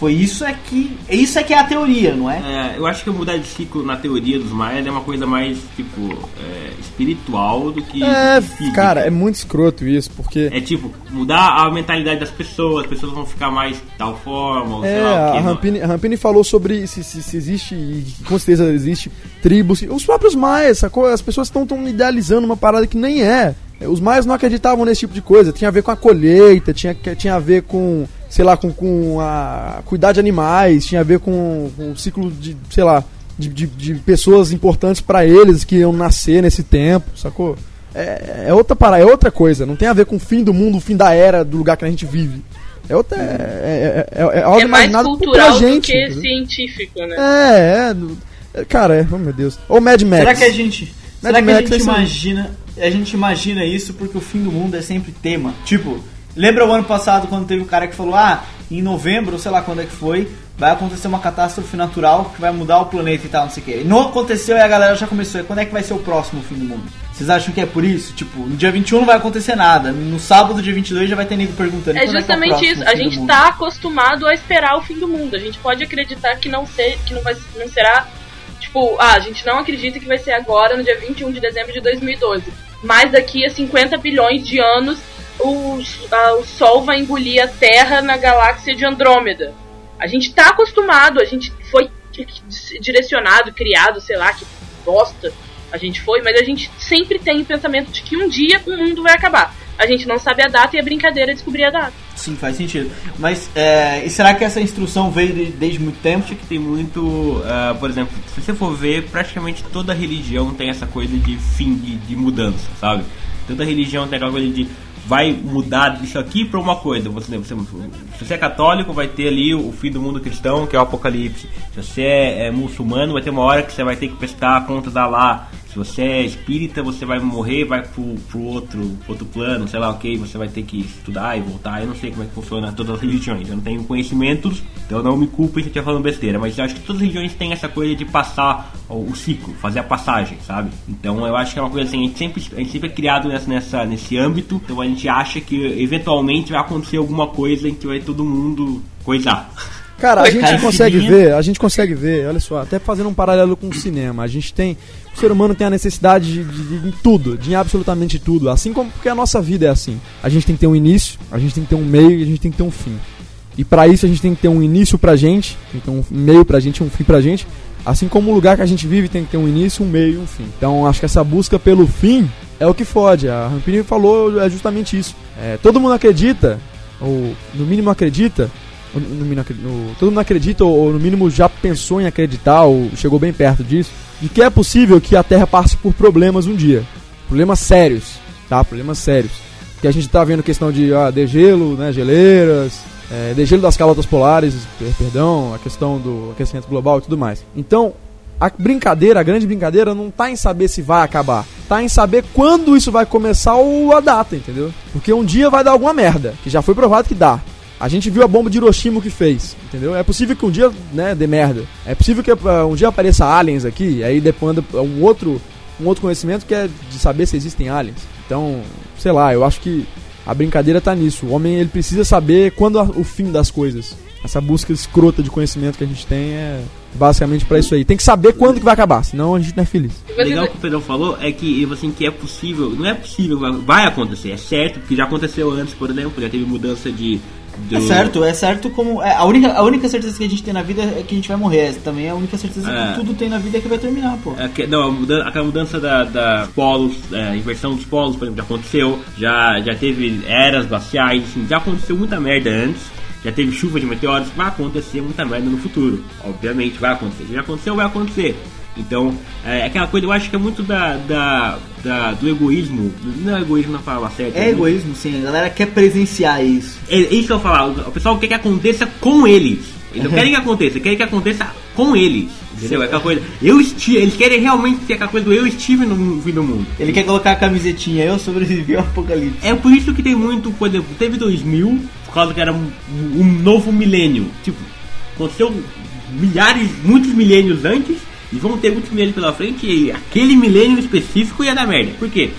foi isso é que. Isso é que é a teoria, não é? É, eu acho que mudar de ciclo na teoria dos maias é uma coisa mais, tipo, é, espiritual do que É, física. cara, é muito escroto isso, porque... É tipo, mudar a mentalidade das pessoas, as pessoas vão ficar mais de tal forma, ou sei É, lá o a que. Rampini, a Rampini falou sobre se, se, se existe, e com certeza existe, tribos, os próprios maias, sacou? As pessoas estão idealizando uma parada que nem é. Os maias não acreditavam nesse tipo de coisa, tinha a ver com a colheita, tinha, tinha a ver com, sei lá, com, com a cuidar de animais, tinha a ver com, com o ciclo de, sei lá, de, de, de pessoas importantes pra eles que iam nascer nesse tempo, sacou? É, é outra parada, é outra coisa, não tem a ver com o fim do mundo, o fim da era do lugar que a gente vive. É outra. É, é, é, é algo É mais imaginado cultural pra gente, do que entendeu? científico, né? É, é. Cara, é, oh meu Deus. Ou Mad Max. Será que a gente. Mad Será que a Max gente é isso aí. imagina. A gente imagina isso porque o fim do mundo é sempre tema. Tipo, lembra o ano passado quando teve o cara que falou, ah, em novembro, sei lá quando é que foi, vai acontecer uma catástrofe natural que vai mudar o planeta e tal, não sei o que. E não aconteceu e a galera já começou. E quando é que vai ser o próximo fim do mundo? Vocês acham que é por isso? Tipo, no dia vinte e um não vai acontecer nada. No sábado, dia vinte e dois, já vai ter nego perguntando. É quando justamente é que é o isso. próximo A fim do gente mundo? tá acostumado a esperar o fim do mundo. A gente pode acreditar que não, ser, que não, vai, não será... Tipo, ah, a gente não acredita que vai ser agora, no dia vinte e um de dezembro de dois mil e doze. Mas daqui a cinquenta bilhões de anos, o, a, o Sol vai engolir a Terra na galáxia de Andrômeda. A gente tá acostumado, a gente foi direcionado, criado, sei lá, que bosta a gente foi, mas a gente sempre tem o pensamento de que um dia o mundo vai acabar. A gente não sabe a data e a brincadeira é descobrir a data. Sim, faz sentido. Mas, é, e será que essa instrução veio de, desde muito tempo? Acho que tem muito, uh, por exemplo, se você for ver, praticamente toda religião tem essa coisa de fim, de, de mudança, sabe? Toda religião tem aquela coisa de vai mudar isso aqui para uma coisa. Você, você, se você é católico, vai ter ali o fim do mundo cristão, que é o apocalipse. Se você é, é muçulmano, vai ter uma hora que você vai ter que prestar conta da Alá. Se você é espírita, você vai morrer, vai pro, pro outro, outro plano, sei lá, ok, você vai ter que estudar e voltar. Eu não sei como é que funciona todas as religiões, eu não tenho conhecimentos, então não me culpo se eu estiver falando besteira. Mas eu acho que todas as religiões têm essa coisa de passar o, o ciclo, fazer a passagem, sabe? Então eu acho que é uma coisa assim, a gente sempre, a gente sempre é criado nessa, nessa, nesse âmbito, então a gente acha que eventualmente vai acontecer alguma coisa em que vai todo mundo coisar. Cara, a gente cara, consegue fininha. ver, a gente consegue ver, olha só, até fazendo um paralelo com o cinema, a gente tem, o ser humano tem a necessidade de, de, de em tudo, de em absolutamente tudo, assim como porque a nossa vida é assim. A gente tem que ter um início, a gente tem que ter um meio e a gente tem que ter um fim. E pra isso a gente tem que ter um início pra gente, tem que ter um meio pra gente e um fim pra gente, assim como o lugar que a gente vive tem que ter um início, um meio e um fim. Então acho que essa busca pelo fim é o que fode, a Rampini falou é justamente isso. É, todo mundo acredita, ou no mínimo acredita, No, no, no, todo mundo acredita, ou, ou no mínimo já pensou em acreditar, ou chegou bem perto disso, de que é possível que a Terra passe por problemas um dia. Problemas sérios, tá? Problemas sérios. Que a gente tá vendo questão de ah, degelo, né, geleiras, é, degelo das calotas polares, perdão, a questão do aquecimento global e tudo mais. Então, a brincadeira, a grande brincadeira não tá em saber se vai acabar, tá em saber quando isso vai começar ou a data, entendeu? Porque um dia vai dar alguma merda, que já foi provado que dá. A gente viu a bomba de Hiroshima o que fez, entendeu? É possível que um dia, né, dê merda. É possível que uh, um dia apareça aliens aqui, e aí dependa um outro, um outro conhecimento que é de saber se existem aliens. Então, sei lá, eu acho que a brincadeira tá nisso. O homem, ele precisa saber quando a, o fim das coisas. Essa busca escrota de conhecimento que a gente tem é basicamente pra isso aí. Tem que saber quando que vai acabar, senão a gente não é feliz. O legal que o Pedrão falou é que, assim, que é possível, não é possível, vai acontecer, é certo, porque já aconteceu antes, por exemplo, já teve mudança de... Do... É certo, é certo como... É, a, única, a única certeza que a gente tem na vida é que a gente vai morrer. Essa também é a única certeza é. que tudo tem na vida é que vai terminar, pô. É que, não, a mudança, aquela mudança da, da polos, é, a inversão dos polos, por exemplo, já aconteceu. Já, já teve eras glaciais, assim, já aconteceu muita merda antes. Já teve chuva de meteoros, vai acontecer muita merda no futuro. Obviamente vai acontecer. Já aconteceu, vai acontecer. Então, é aquela coisa, eu acho que é muito da, da, da, do egoísmo. Não é egoísmo na palavra certa. É, é egoísmo, sim. A galera quer presenciar isso. É, é isso que eu vou falar. O pessoal quer que aconteça com eles. Eles não querem que aconteça, querem que aconteça com eles. Entendeu? Sim. É aquela coisa. Eu estive, eles querem realmente ter aquela coisa do eu estive no fim do mundo. Ele quer colocar a camisetinha, eu sobrevivi ao apocalipse. É por isso que tem muito, por exemplo, teve dois mil, por causa que era um, um novo milênio. Tipo, aconteceu milhares, muitos milênios antes. E vão ter muitos milênios pela frente e aquele milênio específico ia dar merda. Por quê?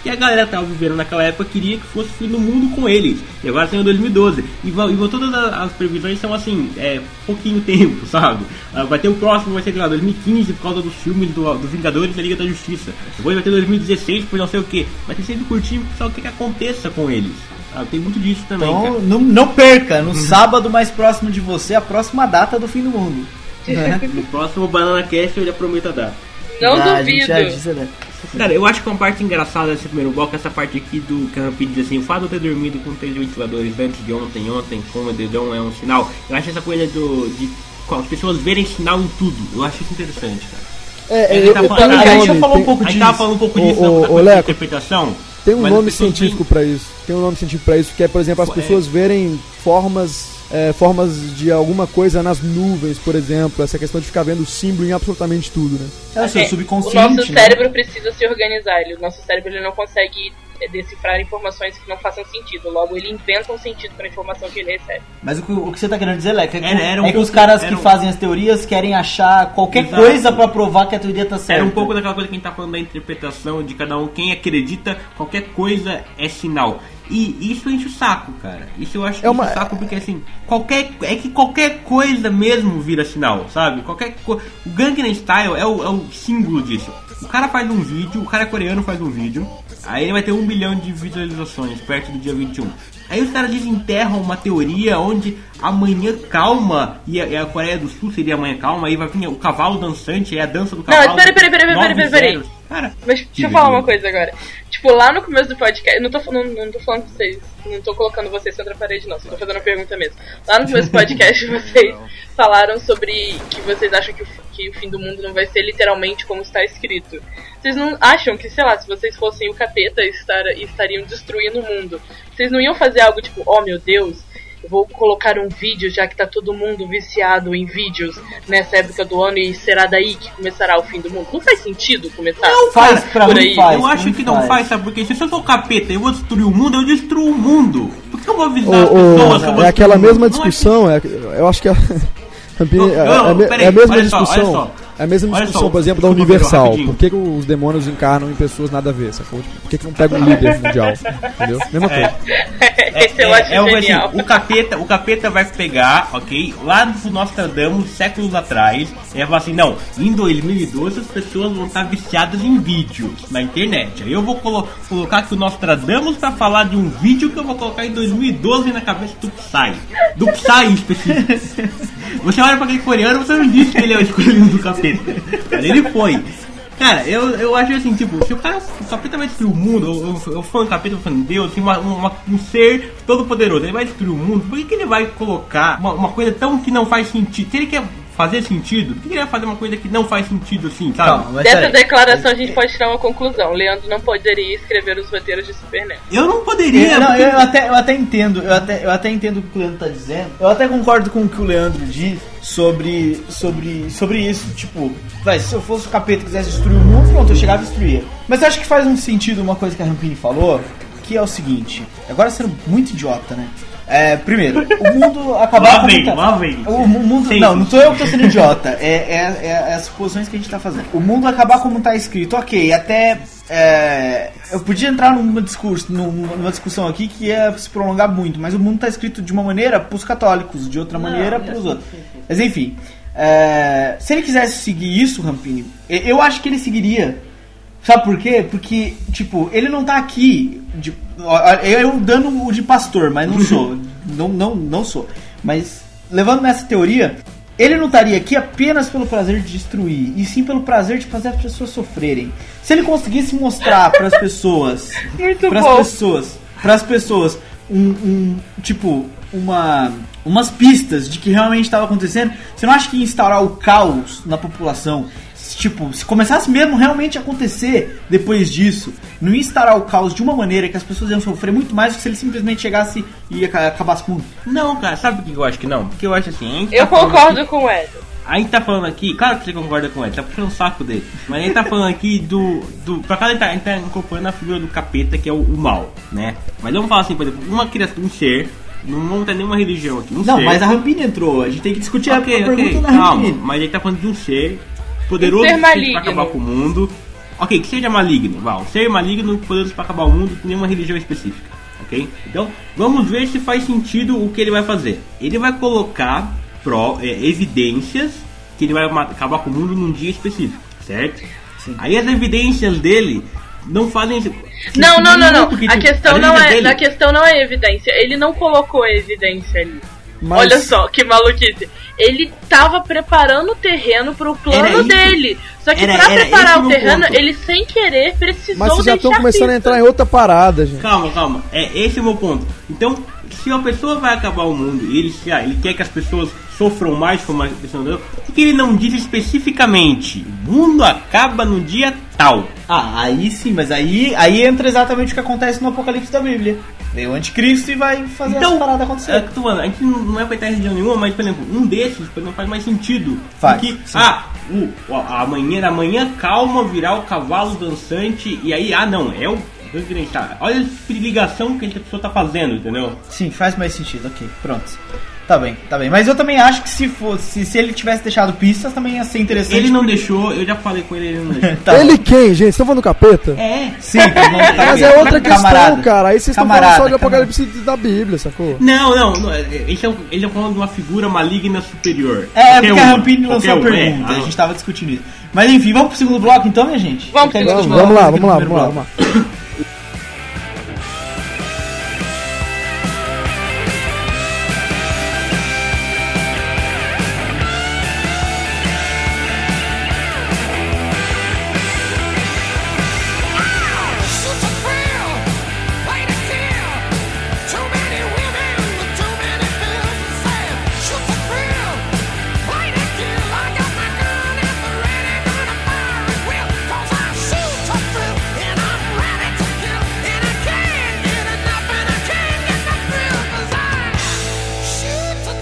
que a galera tava vivendo naquela época queria que fosse o fim do mundo com eles. E agora tem o dois mil e doze. E, va- e va- todas as, as previsões são assim, é pouquinho tempo, sabe? Ah, vai ter o próximo, vai ser lá, dois mil e quinze por causa dos filmes do, dos Vingadores da Liga da Justiça. Depois vai ter dois mil e dezesseis por não sei o que. Vai ter sempre curtinho só o que, que aconteça com eles. Ah, tem muito disso também, Então, cara. não, não perca, no sábado mais próximo de você, a próxima data do fim do mundo. Né? No próximo Banana Cast eu já prometo a data. Não Já, a gente duvido. já disse, né? Cara, eu acho que uma parte engraçada desse primeiro bloco é essa parte aqui do que a Rampi diz assim: o fato de eu ter dormido com três ventiladores antes de ontem, ontem com o dedão é um sinal. Eu acho essa coisa do, de as pessoas verem sinal em tudo. Eu acho isso interessante, cara. É, A é, gente tá eu- falando- tem um a gente nome, falou um tem- pouco A gente disso. tava falando um pouco Ô, disso ô, na ô, coisa de Leco, interpretação. Tem um mas as nome pessoas científico veem- pra isso. Tem um nome científico pra isso, que é, por exemplo, as É. pessoas verem formas, é, formas de alguma coisa nas nuvens, por exemplo. Essa questão de ficar vendo símbolo em absolutamente tudo, né? É o seu É, subconsciente. o nosso né? cérebro precisa se organizar. Ele, o nosso cérebro ele não consegue é, decifrar informações que não façam sentido. Logo, ele inventa um sentido para a informação que ele recebe. Mas o que, o que você tá querendo dizer, Leco, é que, Era- era um é que os pouco- caras era que um- fazem as teorias querem achar qualquer Exato. coisa pra provar que a teoria tá certa. Era um pouco daquela coisa que a gente tá falando da interpretação de cada um. Quem acredita, qualquer coisa é sinal. E isso enche o saco, cara. Isso eu acho que É uma- enche o saco porque assim, qualquer, é que qualquer coisa mesmo vira sinal, sabe? Qualquer co... O Gangnam Style é o, é o símbolo disso. O cara faz um vídeo, o cara coreano faz um vídeo, aí ele vai ter um bilhão de visualizações perto do dia vinte e um. Aí os caras desenterram uma teoria onde amanhã calma, e a, e a Coreia do Sul seria amanhã calma, aí vai vir o cavalo dançante, é a dança do Não, cavalo. mas peraí, peraí, peraí, peraí, peraí, peraí. nove zero. Cara, Mas deixa diga, eu falar diga. uma coisa agora. Tipo, lá no começo do podcast, não tô, não, não tô falando com vocês, não tô colocando vocês contra a parede, não, só tô fazendo uma pergunta mesmo. Lá no começo do podcast, vocês falaram sobre que vocês acham que o, que o fim do mundo não vai ser literalmente como está escrito. Vocês não acham que, sei lá, se vocês fossem o capeta e estar, e estariam destruindo o mundo, vocês não iam fazer algo tipo, oh meu Deus, eu vou colocar um vídeo, já que tá todo mundo viciado em vídeos nessa época do ano e será daí que começará o fim do mundo? Não faz sentido começar Não faz, pra por mim aí. faz. Eu acho não que não faz. faz, sabe? Porque se eu sou o capeta e eu vou destruir o mundo, eu destruo o mundo. Por que eu vou avisar Ô, as pessoas que eu ô, vou é destruir aquela o mundo? mesma Não é discussão, é, eu acho que a, Não, é, não, é, a me- peraí, é a mesma olha só, discussão. olha só. É a mesma Olha discussão, só, por exemplo, da desculpa, Pedro, Universal. rapidinho. Por que, que os demônios encarnam em pessoas nada a ver, sacou? Tipo, por que, que não pega um líder mundial? Entendeu? Mesma coisa. Esse eu acho é, o- genial. assim, o capeta, o capeta vai pegar, ok, lá do Nostradamus, séculos atrás, e vai falar assim, não, em dois mil e doze as pessoas vão estar viciadas em vídeos na internet. Aí eu vou colo colocar aqui o Nostradamus pra falar de um vídeo que eu vou colocar em dois mil e doze na cabeça do Psy. Do Psy em específico. Você olha pra aquele coreano, você não disse que ele é o escolhido do capeta. Mas ele foi. Cara, eu, eu acho assim, tipo, se o cara, o capeta vai destruir o mundo, eu, eu, eu fui um capeta falando, Deus, assim, uma, uma, um ser todo poderoso, ele vai destruir o mundo, por que, que ele vai colocar uma, uma coisa tão que não faz sentido? Se ele quer fazer sentido, por que ele vai fazer uma coisa que não faz sentido assim, sabe? Calma, mas Dessa peraí. declaração a gente pode tirar uma conclusão. Leandro não poderia escrever os roteiros de Superman. Eu não poderia. Eu, não, porque- eu, até, eu até entendo, eu até, eu até entendo o que o Leandro tá dizendo. Eu até concordo com o que o Leandro diz sobre, sobre, sobre isso. Tipo, vai, se eu fosse o capeta e quisesse destruir o mundo, pronto, eu chegava e destruía. Mas eu acho que faz um sentido uma coisa que a Rampini falou, que é o seguinte, agora sendo muito idiota, né? É, primeiro, o mundo acabar Lá como vem, tá- lá vem. O mu- mundo, Sim. não, não sou eu que tô sendo idiota. É, é, é as suposições que a gente tá fazendo. O mundo acabar como tá escrito, ok, até. É, eu podia entrar numa, discurso, numa, numa discussão aqui que ia se prolongar muito, mas o mundo tá escrito de uma maneira pros católicos, de outra maneira pros outros. Mas enfim, é, se ele quisesse seguir isso, Rampini, eu acho que ele seguiria. Sabe por quê? Porque, tipo, ele não tá aqui. De, eu dando o de pastor, mas não sou. não, não, não sou. Mas, levando nessa teoria, ele não estaria aqui apenas pelo prazer de destruir, e sim pelo prazer de fazer as pessoas sofrerem. Se ele conseguisse mostrar para as pessoas, Muito para as bom. pessoas, para as pessoas, um, um tipo, uma, umas pistas de que realmente estava acontecendo, você não acha que ia instaurar o caos na população? Tipo, se começasse mesmo realmente a acontecer depois disso, não ia instaurar o caos de uma maneira que as pessoas iam sofrer muito mais do que se ele simplesmente chegasse e aca- acabasse com o mundo. Não, cara, sabe por que eu acho que não? Porque eu acho assim, a gente Eu tá falando concordo aqui- com o Ed. A gente tá falando aqui, claro que você concorda com ele, tá puxando o saco dele. Mas a gente tá falando aqui do. do pra cá a gente tá, a gente tá incorporando a figura do capeta, que é o, o mal, né? Mas vamos falar assim, por exemplo, uma criatura, um ser, não vamos ter nenhuma religião aqui. Um Não, ser, mas a Rampini entrou, a gente tem que discutir Ok, a ok, pergunta da calma. Rampini. Mas a gente tá falando de um ser poderoso Um ser o suficiente maligno. pra acabar com o mundo. ok, que seja maligno, Val, ser maligno, poderoso pra acabar o mundo, nenhuma religião específica, ok? Então, vamos ver se faz sentido o que ele vai fazer. Ele vai colocar pro, é, evidências que ele vai acabar com o mundo num dia específico, certo? Sim. Aí as evidências dele não fazem... Não, não, não, não. Porque, a, tipo, questão a não é, dele... a questão não é evidência. Ele não colocou a evidência ali. Mas... Olha só, que maluquice. Ele tava preparando o terreno pro plano isso. dele. Só que Era- pra era preparar esse o meu terreno, ponto. ele sem querer precisou Mas vocês já estão deixar começando a pista. entrar em outra parada, gente. Calma, calma. É, esse é o meu ponto. Então, se a pessoa vai acabar o mundo e ele, se- ah, ele quer que as pessoas sofram mais como a pessoa não, por que ele não diz especificamente? O mundo acaba no dia tal. Ah, aí sim, mas aí, aí entra exatamente o que acontece no Apocalipse da Bíblia. Vem o anticristo e vai fazer essa parada acontecer. é que tu, mano, a gente não, não é pra entrar em religião nenhuma, mas, por exemplo, um desses não faz mais sentido. Faz, Porque, sim. ah, o, o- a amanhã, amanhã calma virar o cavalo dançante e aí, ah, não, é o... Olha a tipo de ligação que a pessoa tá fazendo, entendeu? Sim, faz mais sentido, ok, pronto. Tá bem, tá bem. Mas eu também acho que se fosse, se ele tivesse deixado pistas, também ia ser interessante. Ele não deixou, eu já falei com ele, ele não deixou. Tá Ele bom. quem, gente? Vocês estão falando do capeta? É, Sim, tá bom, tá Mas bem. é outra questão, Camarada. cara. Aí vocês estão falando Camarada, só de Apocalipse da Bíblia, sacou? Não, não, não, eles estão eles falando de uma figura maligna superior. É, Qualquer porque uma, a Rampini lançou a qualquer uma, pergunta, é, a gente tava discutindo isso. Mas enfim, vamos pro segundo bloco então, minha gente? Vamos pro Quer segundo continuar Vamos lá, aqui vamos lá, no vamos lá, primeiro vamos lá. Shoot to thrill, play to kill. Too many women with too many pills to sell. Shoot to thrill, play to kill. I got my gun at the ready, gonna fire at will. 'Cause I shoot to thrill, and I'm ready to kill. And I can't get enough, and I can't get the thrill. 'Cause I shoot to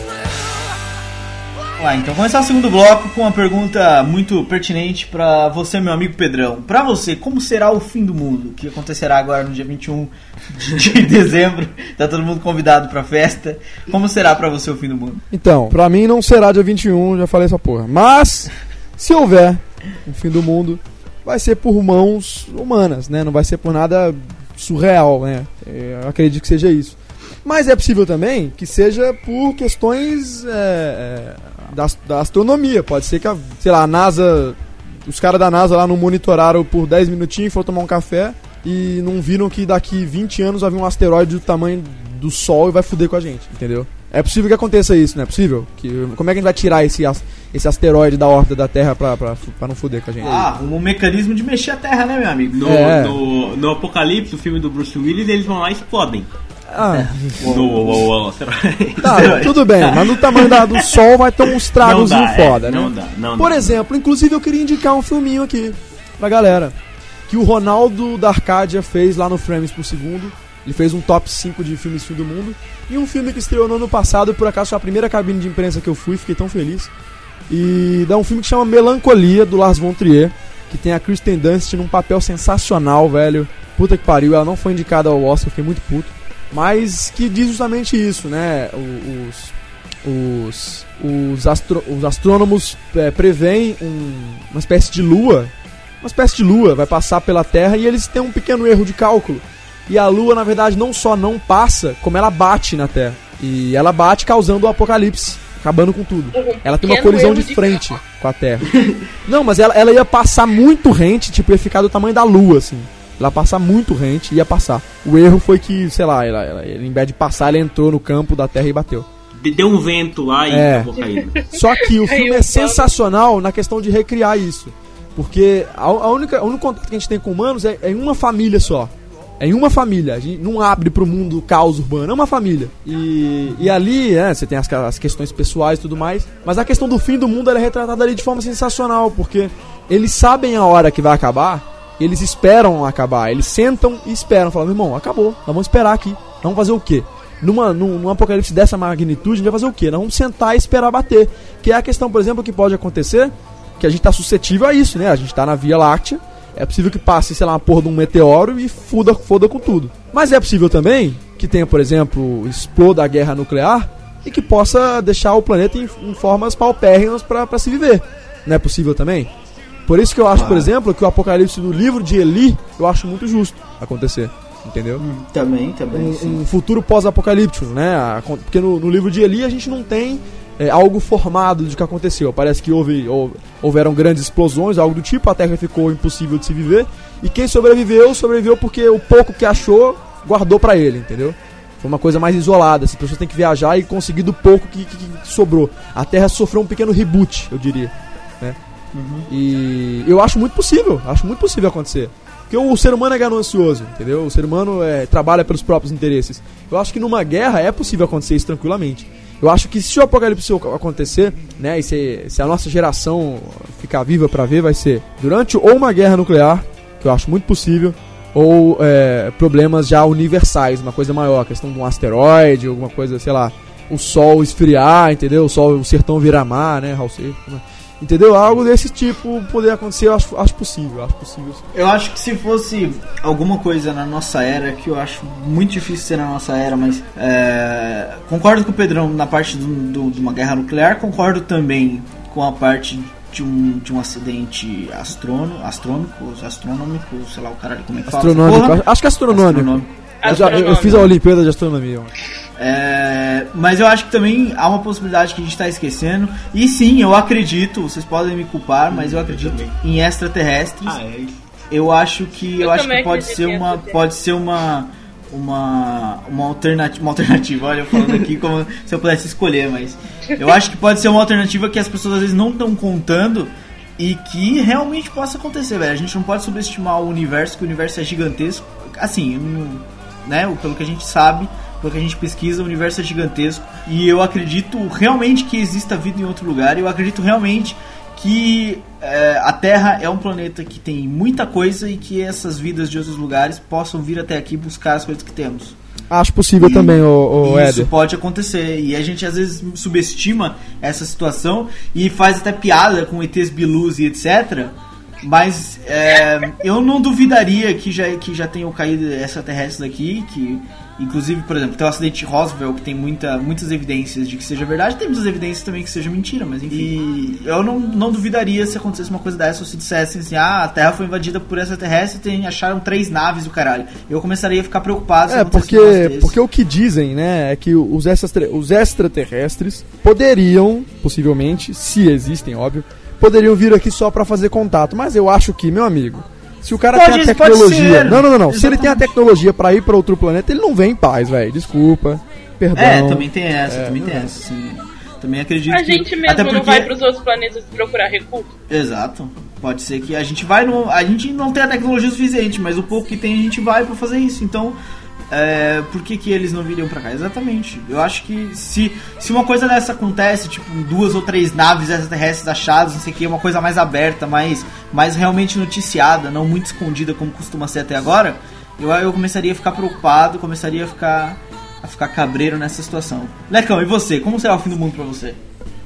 thrill. Lá, então começar o segundo bloco com uma pergunta muito pertinente pra você, meu amigo Pedrão. Pra você, como será o fim do mundo? Que acontecerá agora no dia vinte e um de dezembro. Tá todo mundo convidado pra festa. Como será pra você o fim do mundo? Então, pra mim não será dia vinte e um, já falei essa porra. Mas, se houver um fim do mundo, vai ser por mãos humanas, né? Não vai ser por nada surreal, né? Eu acredito que seja isso. Mas é possível também que seja por questões é, é, da, da astronomia. Pode ser que, a, sei lá, a NASA... Os caras da NASA lá não monitoraram por dez minutinhos, foram tomar um café e não viram que daqui vinte anos vai vir um asteroide do tamanho do Sol e vai foder com a gente, entendeu? É possível que aconteça isso, não é possível? Que, como é que a gente vai tirar esse, as- esse asteroide da órbita da Terra pra, pra, pra não foder com a gente? Ah, um mecanismo de mexer a terra, né, meu amigo? No, É. no, no Apocalipse, o filme do Bruce Willis, eles vão lá e explodem. Ah, No, o- o- será? tá, tudo bem, mas no tamanho da- do Sol vai ter um estragozinho Não dá, foda, é, né? não dá, não Por dá. exemplo, inclusive eu queria indicar um filminho aqui pra galera. Que o Ronaldo da Arcadia fez lá no Frames por Segundo. Ele fez um top cinco de filmes fim do mundo. E um filme que estreou no ano passado, por acaso foi a primeira cabine de imprensa que eu fui, fiquei tão feliz. E dá um filme que chama Melancolia, do Lars von Trier. Que tem a Kristen Dunst num papel sensacional, velho. Puta que pariu, ela não foi indicada ao Oscar, fiquei muito puto. Mas que diz justamente isso, né? O- Os, os, os, astro, os astrônomos é, preveem um, uma espécie de lua. Uma espécie de lua vai passar pela Terra e eles têm um pequeno erro de cálculo. E a lua, na verdade, não só não passa, como ela bate na Terra. E ela bate causando o apocalipse, acabando com tudo. Ela tem uma Pequeno colisão erro de de frente com a Terra. Não, mas ela, ela ia passar muito rente, tipo, ia ficar do tamanho da lua, assim. Ela ia passar muito rente e ia passar. O erro foi que, sei lá, ela, ela, ele, em vez de passar, ela entrou no campo da Terra e bateu. De- Deu um vento lá e É. acabou caindo. Só que o filme Aí o é Pablo- sensacional na questão de recriar isso. Porque a, a única, o único contato que a gente tem com humanos é, é em uma família só. É em uma família. A gente não abre pro mundo o caos urbano. É uma família. E, e ali, né, você tem as, as questões pessoais e tudo mais. Mas a questão do fim do mundo ela é retratada ali de forma sensacional. Porque eles sabem a hora que vai acabar. Eles esperam acabar. Eles sentam e esperam. Falam, meu irmão, acabou. Nós vamos esperar aqui. Nós vamos fazer o quê? Numa, num, num apocalipse dessa magnitude, a gente vai fazer o quê? Nós vamos sentar e esperar bater. Que é a questão, por exemplo, que pode acontecer, que a gente tá suscetível a isso, né? A gente tá na Via Láctea, é possível que passe, sei lá, uma porra de um meteoro e foda, foda com tudo. Mas é possível também que tenha, por exemplo, exploda a guerra nuclear e que possa deixar o planeta em, em formas paupérrimas pra, pra se viver. Não é possível também? Por isso que eu acho, por exemplo, que o apocalipse do livro de Eli, eu acho muito justo acontecer. Entendeu? Hum, também, também. Um, um futuro pós-apocalíptico, né? Porque no, no livro de Eli a gente não tem é, algo formado de que aconteceu. Parece que houve, houve, houveram grandes explosões, algo do tipo, a Terra ficou impossível de se viver. E quem sobreviveu, sobreviveu porque o pouco que achou, guardou pra ele, entendeu? Foi uma coisa mais isolada. As pessoas têm que viajar e conseguir do pouco que, que, que sobrou. A Terra sofreu um pequeno reboot, eu diria. Né? Uhum. E eu acho muito possível, acho muito possível acontecer. Porque o ser humano é ganancioso, entendeu? O ser humano é, trabalha pelos próprios interesses. Eu acho que numa guerra é possível acontecer isso tranquilamente. Eu acho que se o apocalipse acontecer, né, e se, se a nossa geração ficar viva pra ver, vai ser durante ou uma guerra nuclear, que eu acho muito possível, ou é, problemas já universais, uma coisa maior, a questão de um asteroide, alguma coisa, sei lá, o sol esfriar, entendeu? O sol, o sertão virar mar, né, Raul Seixas, entendeu? Algo desse tipo poder acontecer, eu acho, acho possível, acho possível. Eu acho que se fosse alguma coisa na nossa era, que eu acho muito difícil ser na nossa era, mas é, concordo com o Pedrão na parte do, do, de uma guerra nuclear, concordo também com a parte de um, de um acidente astrônomo, astrônomico, astronômico, sei lá o caralho como é que fala. Astronômico, acho que é astronômico. astronômico. Eu, já, eu, eu fiz a Olimpíada de Astronomia. É, mas eu acho que também há uma possibilidade que a gente está esquecendo. E sim, eu acredito, vocês podem me culpar, mas eu acredito em extraterrestres. Ah, é. Eu acho que eu, eu acho que pode ser uma pode ser uma uma uma alternativa, uma alternativa. Olha, eu falando aqui como se eu pudesse escolher, mas eu acho que pode ser uma alternativa que as pessoas às vezes não estão contando e que realmente possa acontecer, velho. A gente não pode subestimar o universo, que o universo é gigantesco. Assim, né, pelo que a gente sabe, pelo que a gente pesquisa, o universo é gigantesco. E eu acredito realmente que exista vida em outro lugar. Eu acredito realmente que é, a Terra é um planeta que tem muita coisa e que essas vidas de outros lugares possam vir até aqui buscar as coisas que temos. Acho possível e, também, o, o Isso Éder. Pode acontecer. E a gente às vezes subestima essa situação e faz até piada com E Tês Bilus e etcétera. Mas é, eu não duvidaria que já, que já tenham caído extraterrestres aqui, que inclusive, por exemplo, tem o acidente de Roswell, que tem muita, muitas evidências de que seja verdade, tem muitas evidências também que seja mentira, mas enfim. E eu não, não duvidaria se acontecesse uma coisa dessa, ou se dissessem assim, ah, a Terra foi invadida por extraterrestres e tem, acharam três naves do caralho. Eu começaria a ficar preocupado se É, porque, porque o que dizem, né, é que os, extra, os extraterrestres poderiam, possivelmente, se existem, óbvio, poderiam vir aqui só pra fazer contato, mas eu acho que, meu amigo, se o cara pode, tem a tecnologia... Não, não, não, não. Se ele tem a tecnologia pra ir pra outro planeta, ele não vem em paz, velho. Desculpa. Perdão. É, também tem essa, é, também tem essa, sim. Também acredito a que... A gente mesmo até porque... não vai pros outros planetas procurar recursos. Exato. Pode ser que a gente vai no... A gente não tem a tecnologia suficiente, mas o pouco que tem a gente vai pra fazer isso. Então... É, por que, que eles não viriam pra cá? Exatamente. Eu acho que se, se uma coisa dessa acontece, tipo, duas ou três naves extraterrestres achadas, não sei o que, uma coisa mais aberta, mais, mais realmente noticiada, não muito escondida como costuma ser até agora, eu, eu começaria a ficar preocupado, começaria a ficar, a ficar cabreiro nessa situação. Lecão, e você? Como será o fim do mundo pra você?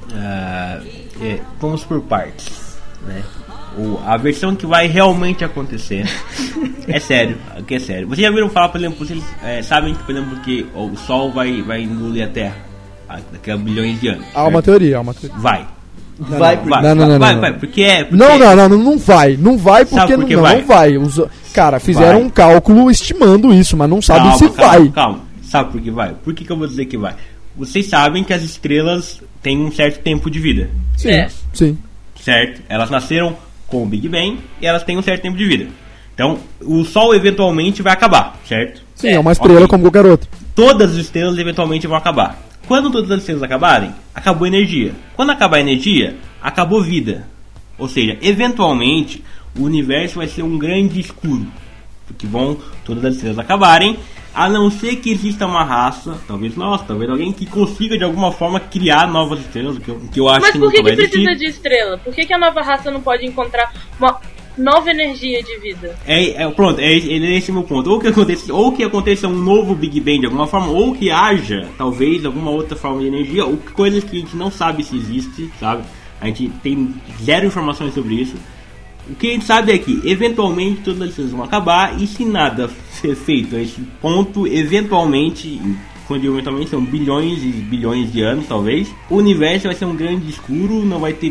Uh, é, vamos por partes, né? O, a versão que vai realmente acontecer é sério, que é sério. Vocês já viram falar, por exemplo, vocês é, sabem que, por exemplo, que o Sol vai, vai engolir a Terra daqui a bilhões de anos. Há uma teoria, há uma teoria. Vai. Não, vai, não, vai, não, não, não, vai, não, vai, porque é. Porque não, é. não, não, não, não vai, não vai porque, porque não, vai? não vai. Os, cara, fizeram vai. um cálculo estimando isso, mas não sabem calma, se calma, vai. Calma, sabe por que vai? Por que, que eu vou dizer que vai? Vocês sabem que as estrelas têm um certo tempo de vida. Sim, é. sim. Certo? Elas nasceram com o Big Bang e elas têm um certo tempo de vida. Então, o Sol eventualmente vai acabar, certo? Sim, é uma estrela okay. como qualquer outra. Todas as estrelas eventualmente vão acabar. Quando todas as estrelas acabarem, acabou a energia. Quando acabar a energia, acabou vida. Ou seja, eventualmente, o universo vai ser um grande escuro. Porque vão todas as estrelas acabarem, a não ser que exista uma raça, talvez nós, talvez alguém que consiga de alguma forma criar novas estrelas, o que eu, que eu acho Mas que por que, nunca vai que precisa existir. de estrela? Por que, que a nova raça não pode encontrar uma nova energia de vida? É, é, pronto, é, é esse o meu ponto. Ou que, aconteça, ou que aconteça um novo Big Bang de alguma forma, ou que haja, talvez, alguma outra forma de energia, ou coisas que a gente não sabe se existe, sabe? A gente tem zero informações sobre isso. O que a gente sabe é que, eventualmente, todas as estrelas vão acabar, e se nada ser feito a esse ponto, eventualmente, quando eventualmente são bilhões e bilhões de anos, talvez, o universo vai ser um grande escuro, não vai ter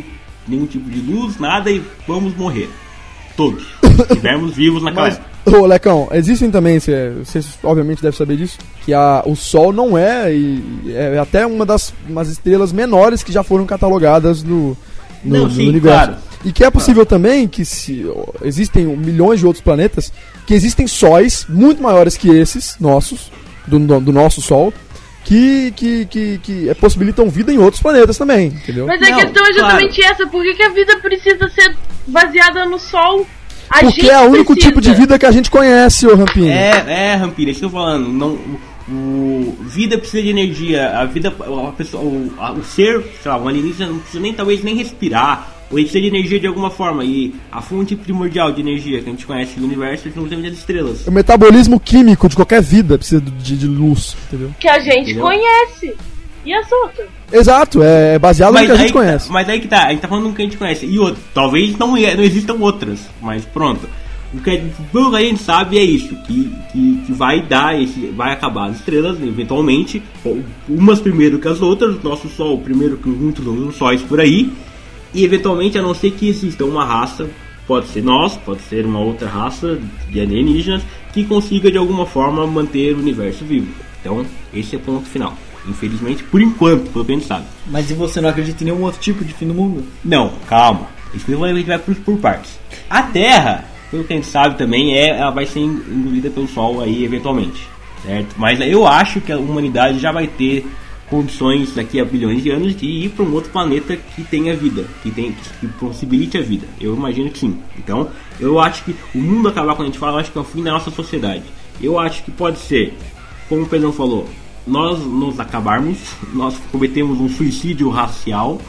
nenhum tipo de luz, nada, e vamos morrer. Todos. Se estivermos vivos naquela Mas, época. ô Lecão, existem também, você obviamente deve saber disso, que a, o Sol não é, e, é até uma das umas estrelas menores que já foram catalogadas no, no, Não, no sim, universo. claro. E que é possível também que se, existem milhões de outros planetas, que existem sóis muito maiores que esses nossos, do, do, do nosso Sol, que, que, que, que possibilitam vida em outros planetas também, entendeu? Mas a Não, questão é justamente claro. essa, por que, que a vida precisa ser baseada no Sol? A Porque gente é o único precisa. tipo de vida que a gente conhece, ô Rampinho. É, é, Rampira, isso que eu tô falando. Não, o, o- vida precisa de energia. A vida, a pessoa, o, a- o ser, sei lá, um alienígena não precisa nem, talvez, nem respirar. Ou ele precisa de energia de alguma forma. E a fonte primordial de energia que a gente conhece no universo é simplesmente as estrelas. O metabolismo químico de qualquer vida precisa de, de luz, entendeu? Que a gente Entendeu? conhece. E as outras? Exato, é baseado no que a aí gente que conhece. Tá, mas aí que tá, a gente tá falando do que a gente conhece. E outro, talvez não, não existam outras, mas pronto. O que, a, o que a gente sabe é isso, que, que, que vai dar, esse, vai acabar as estrelas, eventualmente, umas primeiro que as outras, nosso Sol primeiro que muitos outros sóis por aí, e eventualmente, a não ser que exista uma raça, pode ser nós, pode ser uma outra raça de alienígenas, que consiga de alguma forma manter o universo vivo. Então, esse é o ponto final. Infelizmente, por enquanto, pelo que a gente sabe. Mas e você não acredita em nenhum outro tipo de fim do mundo? Não, calma. Isso que a gente vai por, por partes. A Terra, pelo que a gente sabe também, é, ela vai ser engolida pelo Sol aí eventualmente, certo? Mas eu acho que a humanidade já vai ter condições daqui a bilhões de anos de ir para um outro planeta que tenha vida, que, tem, que possibilite a vida. Eu imagino que sim. Então, eu acho que o mundo acabar, quando a gente fala, eu acho que é o fim da nossa sociedade. Eu acho que pode ser, como o Pedrão falou, nós nos acabarmos, nós cometemos um suicídio racial,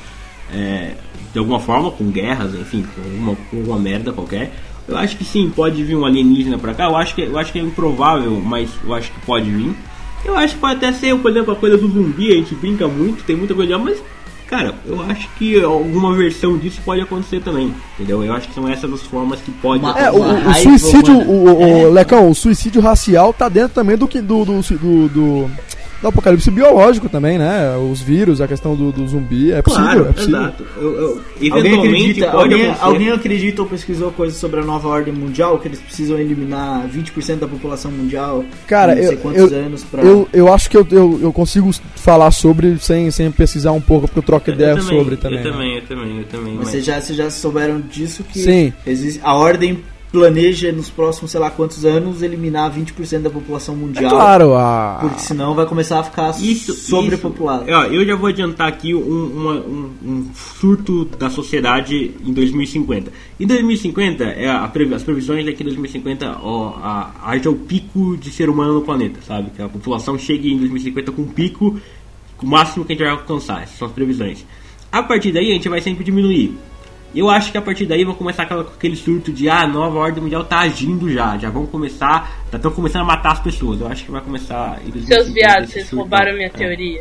é, de alguma forma, com guerras, enfim, com alguma, com alguma merda qualquer. Eu acho que sim, pode vir um alienígena pra cá. Eu acho que, eu acho que é improvável, mas eu acho que pode vir. Eu acho que pode até ser, por exemplo, a coisa do zumbi, a gente brinca muito, tem muita coisa, mas, cara, eu acho que alguma versão disso pode acontecer também, entendeu? Eu acho que são essas as formas que pode Uma- É, acontecer. o, o raiva suicídio, humana. o, o- É. o- Lecão, o suicídio racial tá dentro também do que do, do, do, do, do apocalipse biológico também, né? Os vírus, a questão do, do zumbi, é possível, Claro, é possível. exato. Eu, eu, Alguém eventualmente acredita, pode alguém, acontecer. alguém acredita ou pesquisou coisas sobre a nova ordem mundial, que eles precisam eliminar vinte por cento da população mundial Cara, em não sei eu, quantos eu, anos pra... eu, eu acho que eu, eu, eu consigo falar sobre sem, sem pesquisar um pouco, porque eu troco Eu ideia também, sobre também. Eu né? também, eu também, eu também. Mas mas- vocês já, vocês já souberam disso que Sim. existe, a ordem planeja nos próximos sei lá quantos anos eliminar vinte por cento da população É mundial. claro, a... Porque senão vai começar a ficar Isso, sobrepopulado. isso. Ó, eu já vou adiantar aqui um, uma- um- um surto da sociedade em dois mil e cinquenta. Em dois mil e cinquenta, é a previ- as previsões é que em dois mil e cinquenta ó, a- haja o pico de ser humano no planeta, sabe? Que a população chegue em dois mil e cinquenta com um pico, o máximo que a gente vai alcançar. Essas são as previsões. A partir daí, a gente vai sempre diminuir. Eu acho que a partir daí vai começar aquela, aquele surto de ah, a nova ordem mundial tá agindo já, já vão começar, já estão começando a matar as pessoas. Eu acho que vai começar em dois mil e cinquenta Seus viados, esse vocês surto. roubaram minha É. teoria.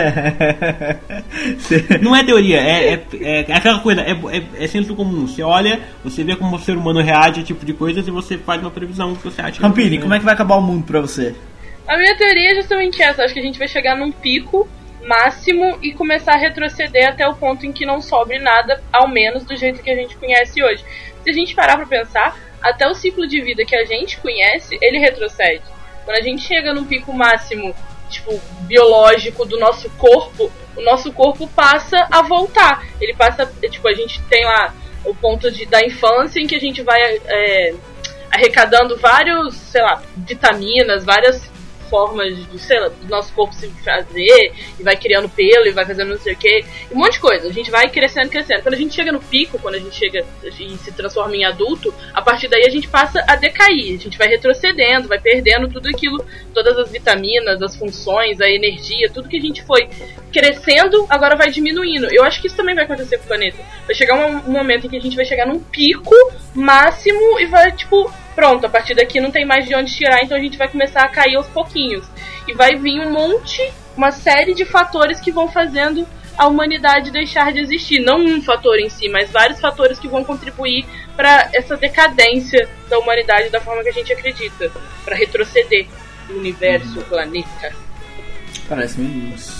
Não é teoria, é, é, é, é aquela coisa, é, é, é senso comum. Você olha, você vê como o ser humano reage a esse tipo de coisas e você faz uma previsão que você acha. Rampini, como é que vai acabar o mundo pra você? A minha teoria é justamente essa. Acho que a gente vai chegar num pico máximo e começar a retroceder até o ponto em que não sobre nada, ao menos do jeito que a gente conhece hoje. Se a gente parar pra pensar, até o ciclo de vida que a gente conhece, ele retrocede. Quando a gente chega num pico máximo, tipo, biológico do nosso corpo, o nosso corpo passa a voltar. Ele passa, tipo, a gente tem lá o ponto de, da infância em que a gente vai é, arrecadando vários, sei lá, vitaminas, várias formas de, sei lá, do nosso corpo se fazer, e vai criando pelo, e vai fazendo não sei o que, um monte de coisa. A gente vai crescendo, crescendo. Quando a gente chega no pico, quando a gente chega e se transforma em adulto, a partir daí a gente passa a decair. A gente vai retrocedendo, vai perdendo tudo aquilo, todas as vitaminas, as funções, a energia, tudo que a gente foi crescendo, agora vai diminuindo. Eu acho que isso também vai acontecer com o planeta. Vai chegar um, um momento em que a gente vai chegar num pico máximo e vai, tipo, pronto, a partir daqui não tem mais de onde tirar, então a gente vai começar a cair aos pouquinhos. E vai vir um monte, uma série de fatores que vão fazendo a humanidade deixar de existir. Não um fator em si, mas vários fatores que vão contribuir para essa decadência da humanidade da forma que a gente acredita. Para retroceder o universo, o planeta. Parece meio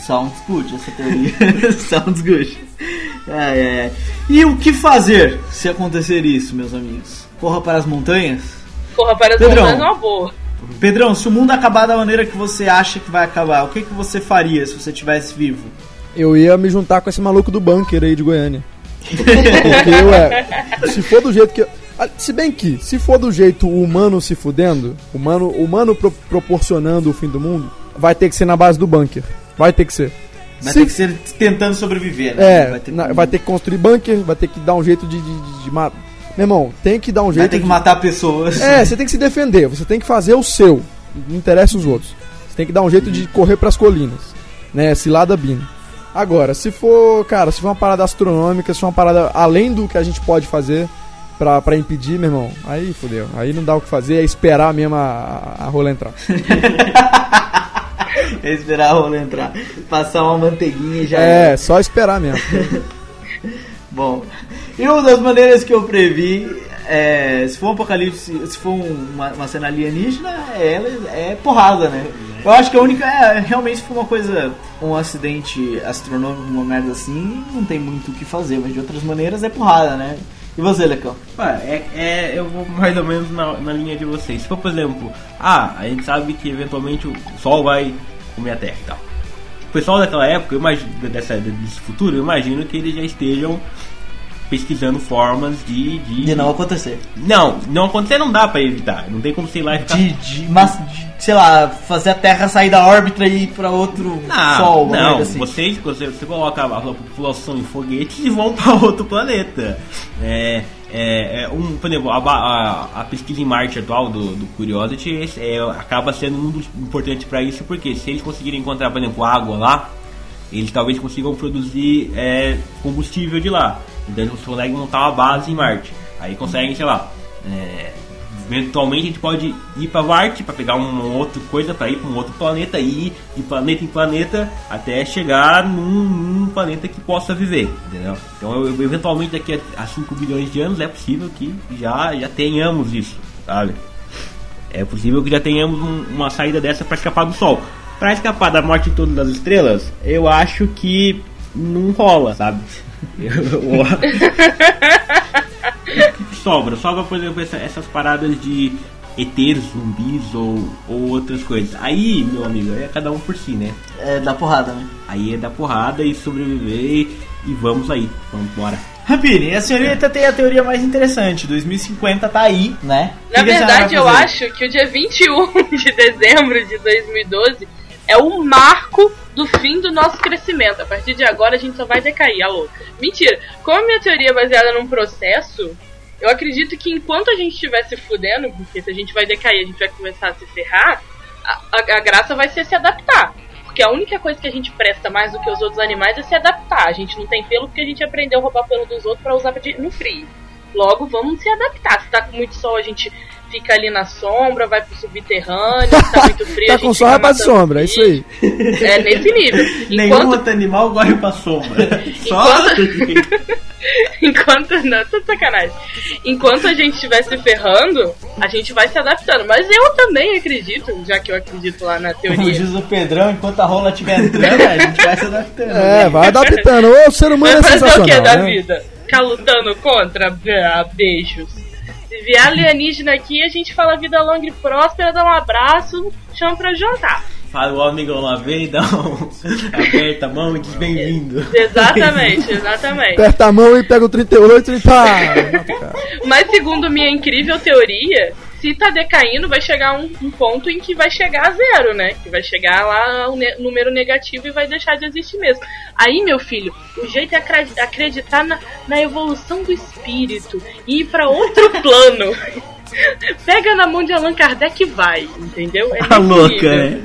Sounds good essa teoria. Sounds good. É, é. E o que fazer se acontecer isso, meus amigos? Corra para as montanhas? Corra para as Pedrão. montanhas é uma boa. Pedrão, se o mundo acabar da maneira que você acha que vai acabar, o que, que você faria se você estivesse vivo? Eu ia me juntar com esse maluco do bunker aí de Goiânia. Porque, ué, se for do jeito que... eu- ah, se bem que, se for do jeito humano se fudendo, humano, humano pro- proporcionando o fim do mundo, vai ter que ser na base do bunker. Vai ter que ser. Vai Se- ter que ser tentando sobreviver, né? É, vai ter, na- que... vai ter que construir bunker, vai ter que dar um jeito de, de, de, de matar. Meu irmão, tem que dar um vai jeito ter que de... matar pessoas. É, você tem que se defender, você tem que fazer o seu. Não interessa os outros. Você tem que dar um jeito de correr pras colinas, né? Cilada Bino. Agora, se for, cara, se for uma parada astronômica, se for uma parada além do que a gente pode fazer pra, pra impedir, meu irmão, aí fodeu. Aí não dá o que fazer, é esperar mesmo a, a rola entrar. É esperar a rola entrar. Passar uma manteiguinha e já É, era. só esperar mesmo. Bom, e uma das maneiras que eu previ, é, se for um apocalipse, se for um- uma, uma cena alienígena, é, ela é porrada, né? Eu acho que a única, é, realmente se for uma coisa, um acidente astronômico, uma merda assim, não tem muito o que fazer, mas de outras maneiras é porrada, né? E você, Lecão? Pá, é, é, eu vou mais ou menos na, na linha de vocês. Se for, por exemplo, ah, a gente sabe que eventualmente o Sol vai comer a Terra e tal. O pessoal daquela época, eu imagino, dessa, desse futuro, eu imagino que eles já estejam pesquisando formas de... De, De não acontecer. Não, não acontecer não dá pra evitar. Não tem como, sei lá, ficar... De, de, mas, de, sei lá, fazer a Terra sair da órbita e ir pra outro Não, Sol. uma não, merda assim. vocês, você, você coloca a população em foguetes e vão para outro planeta. É, é, é um, por exemplo, a, a, a pesquisa em Marte atual do, do Curiosity é, acaba sendo um dos importantes para isso, porque se eles conseguirem encontrar, por exemplo, água lá, eles talvez consigam produzir é, combustível de lá. Então eles conseguem montar uma base em Marte. Aí conseguem, sei lá, é, eventualmente a gente pode ir para Marte para pegar uma outra coisa, para ir para um outro planeta, e ir de planeta em planeta até chegar num, num planeta que possa viver, entendeu? Então eu, eventualmente daqui a cinco bilhões de anos é possível que já, já tenhamos isso, sabe? É possível que já tenhamos um, uma saída dessa para escapar do Sol. Para escapar da morte de todas as estrelas, eu acho que não rola, sabe? Eu- sobra, sobra, por exemplo, essa- essas paradas de E Tês, zumbis ou, ou outras coisas. Aí, meu amigo, aí é cada um por si, né? É da porrada, né? Aí é dar porrada e sobreviver e vamos aí, vamos embora. Rapini, a senhorita tem a teoria mais interessante. dois mil e cinquenta tá aí, né? Na O que que a senhora verdade, vai eu fazer? acho que o dia vinte e um de dezembro de dois mil e doze é o marco do fim do nosso crescimento. A partir de agora a gente só vai decair, alô. Mentira. Como a minha teoria é baseada num processo, eu acredito que enquanto a gente estiver se fudendo, porque se a gente vai decair, a gente vai começar a se ferrar, a, a, a graça vai ser se adaptar. Porque a única coisa que a gente presta mais do que os outros animais é se adaptar. A gente não tem pelo porque a gente aprendeu a roubar pelo dos outros pra usar de- no frio. Logo, vamos se adaptar. Se tá com muito sol, a gente fica ali na sombra, vai pro subterrâneo. Se tá muito frio, a Tá gente com sol, fica vai pra matando sombra, é isso aí. bicho. É nesse nível. Nenhum Enquanto, outro animal gosta pra sombra. Só enquanto, não, tô de sacanagem. Enquanto a gente estiver se ferrando, a gente vai se adaptando. Mas eu também acredito, já que eu acredito lá na Como teoria. diz o Pedrão, enquanto a rola estiver entrando, a gente vai se adaptando. É, vai adaptando. O ser humano Vai é fazer o que sensacional, da né? vida? Ficar lutando contra? Ah, beijos. Se vier alienígena aqui, a gente fala vida longa e próspera, dá um abraço, chama pra jantar. Fala o amigão lá, vem, dá um... aperta a mão e diz bem-vindo. Exatamente, exatamente. Aperta a mão e pega o trinta e oito e pá! Mas segundo minha incrível teoria, se tá decaindo, vai chegar um, um ponto em que vai chegar a zero, né? Que vai chegar lá o ne- número negativo e vai deixar de existir mesmo. Aí, meu filho, o jeito é acra- acreditar na, na evolução do espírito e ir pra outro plano. Pega na mão de Allan Kardec e vai, entendeu? É Tá nesse louca, nível. né?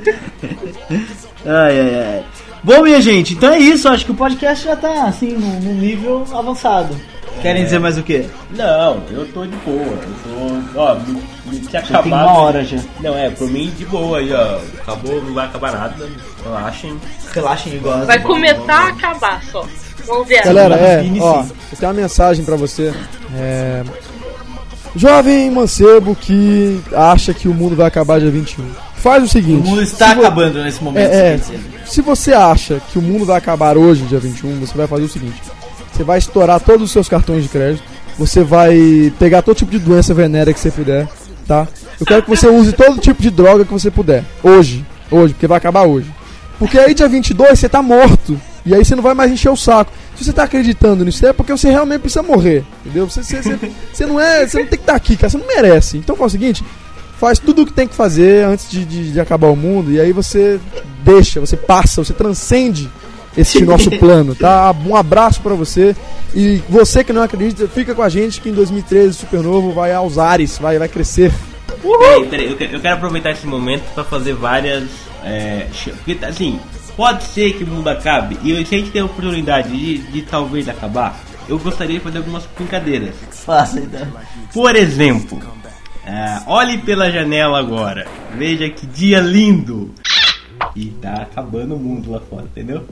Ai, ai, ai. Bom, minha gente, então é isso. Acho que o podcast já tá, assim, num, num nível avançado. Querem dizer mais o quê? Não, eu tô de boa. Eu tô. Ó, me, me tinha Já tem acabado. uma hora já. Não, é, por mim de boa aí, ó. Acabou, não vai acabar nada. Relaxem. Relaxem igual. Vai começar a acabar só. Vamos ver. Galera, é, Inicie. ó, eu tenho uma mensagem pra você. É... Jovem mancebo que acha que o mundo vai acabar dia vinte e um. faz o O seguinte. mundo está se vo- acabando nesse momento. É, é, você quer dizer. se você acha que o mundo vai acabar hoje, dia vinte e um, você vai fazer o seguinte. Você vai estourar todos os seus cartões de crédito. Você vai pegar todo tipo de doença venérea que você puder, tá? Eu quero que você use todo tipo de droga que você puder. Hoje. Hoje, porque vai acabar hoje. Porque aí dia vinte e dois você tá morto. E aí você não vai mais encher o saco. Se você tá acreditando nisso, é porque você realmente precisa morrer. Entendeu? Você, você, você, você não é. Você não tem que estar aqui, cara. Você não merece. Então faz o seguinte. Faz tudo o que tem que fazer antes de, de, de acabar o mundo. E aí você deixa, você passa, você transcende esse nosso plano, tá? Um abraço pra você. E você que não acredita, fica com a gente que em dois mil e treze o Supernovo vai aos ares, vai, vai crescer. Peraí, peraí, eu quero, eu quero aproveitar esse momento pra fazer várias. É, ch- porque assim, pode ser que o mundo acabe, e se a gente tem a oportunidade de, de talvez acabar, eu gostaria de fazer algumas brincadeiras. Faça então. Por exemplo, é, olhe pela janela agora, veja que dia lindo! E tá acabando o mundo lá fora, entendeu?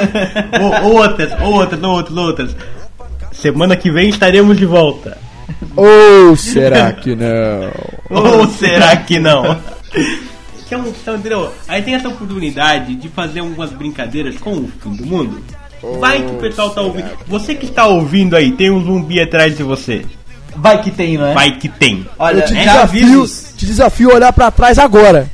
ou, outras, outras, outras, outras. Semana que vem estaremos de volta. Ou será que não? Ou será que não? Então, então, entendeu? Aí tem essa oportunidade de fazer algumas brincadeiras com o fim do mundo. Vai que o pessoal tá ouvindo. Você que está ouvindo aí, tem um zumbi atrás de você. Vai que tem, não é? Vai que tem. Olha, Eu te já desafio, aviso. te desafio a olhar pra trás agora.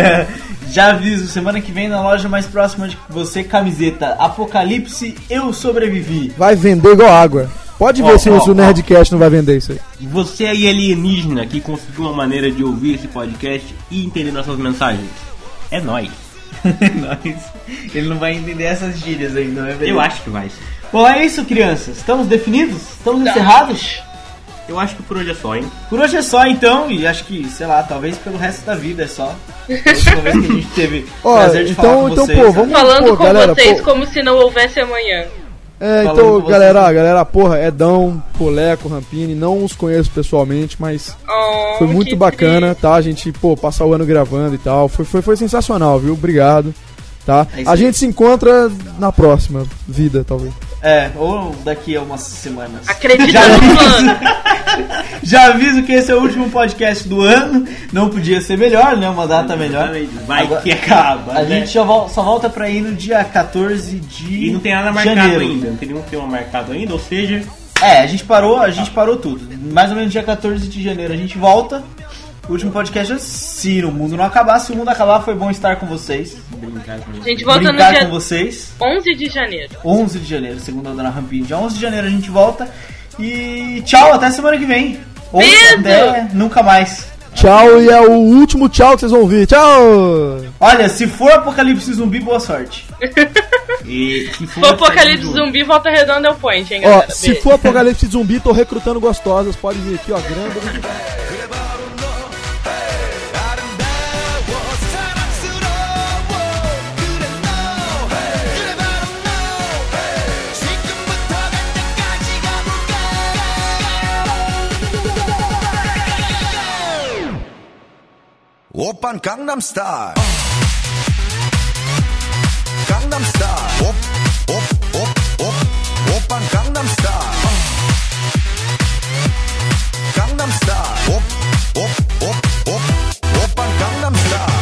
Já aviso, semana que vem na loja mais próxima de você, camiseta Apocalipse, eu sobrevivi. Vai vender igual água. Pode ver Ó, se ó, o Nerdcast não vai vender isso aí. E você aí alienígena que conseguiu uma maneira de ouvir esse podcast e entender nossas mensagens. É nóis. Nós. Ele não vai entender essas gírias ainda, não é verdade? Eu acho que vai. Bom, é isso, crianças. Estamos definidos? Estamos encerrados? Eu acho que por hoje é só, hein? Por hoje é só, então, e acho que, sei lá, talvez pelo resto da vida é só. Foi a última vez que a gente teve Ó, prazer de falar então, com então vocês. pô, vamos Falando pô, com galera, vocês pô, como se não houvesse amanhã. É, Falando então, com galera, vocês. galera, porra, Edão, Poleco, Rampini, não os conheço pessoalmente, mas Oh, foi muito que bacana, triste. tá? A gente, pô, passar o ano gravando e tal, foi, foi, foi sensacional, viu? Obrigado, tá? É isso A aí. gente se encontra na próxima vida, talvez. É, ou daqui a umas semanas. Acredita Já no aviso, plano. já aviso que esse é o último podcast do ano. Não podia ser melhor, né? Uma data melhor. Vai Agora- que acaba. A né? gente só volta, só volta pra ir no dia quatorze de E não tem nada marcado janeiro. ainda. Não tem nenhum tema marcado ainda, ou seja. É, a gente parou, a gente parou tudo. Mais ou menos dia quatorze de janeiro a gente volta. O último podcast é se o mundo não acabar. Se o mundo acabar, foi bom estar com vocês. Brincar com A gente volta no Brincar dia com vocês. onze de janeiro. onze de janeiro, segundo a Dona Rampini. Dia onze de janeiro a gente volta. E tchau, até semana que vem. Ou Beijo! até nunca mais. Tchau, e é o último tchau que vocês vão ouvir. Tchau! Olha, se for Apocalipse Zumbi, boa sorte. E se Se for Apocalipse junto. Zumbi, volta redonda é o point, hein, Ó, galera? se Beijo. for Apocalipse Zumbi, tô recrutando gostosas, pode vir aqui, ó, grande. 아름다워 사랑스러워 그래 너 그래 바로 너 지금부터 갈 때까지 가볼까 오빤 강남스타일 강남스타일 옵옵옵옵 오빤 강남스타일 강남스타일 옵옵옵옵 오빤 강남스타일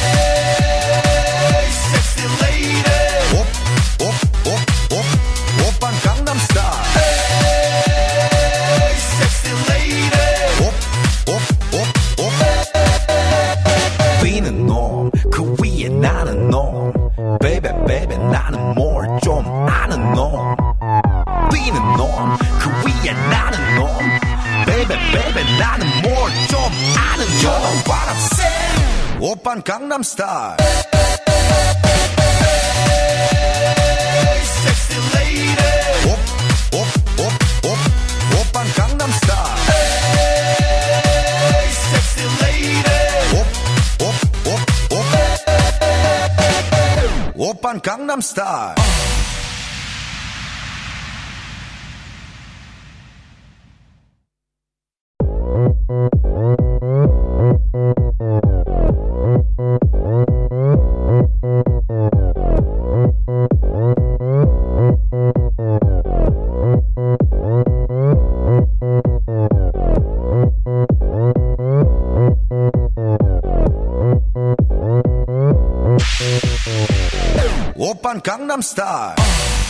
Hey sexy lady 옵옵옵옵 오빤 강남스타일 Hey sexy lady 옵옵옵옵 위는 놈 그 위에 나는 놈 Baby baby 나는 뭘 좀 아는 놈 위는 놈 그 위에 나는 놈 Baby baby 나는 뭘 좀 아는 놈 You know what I'm saying 오빤 강남스타일 Hey sexy lady 옵옵옵옵 오빤 강남스타일 Hey sexy lady 옵옵옵옵 오빤 강남스타일 Gangnam Style.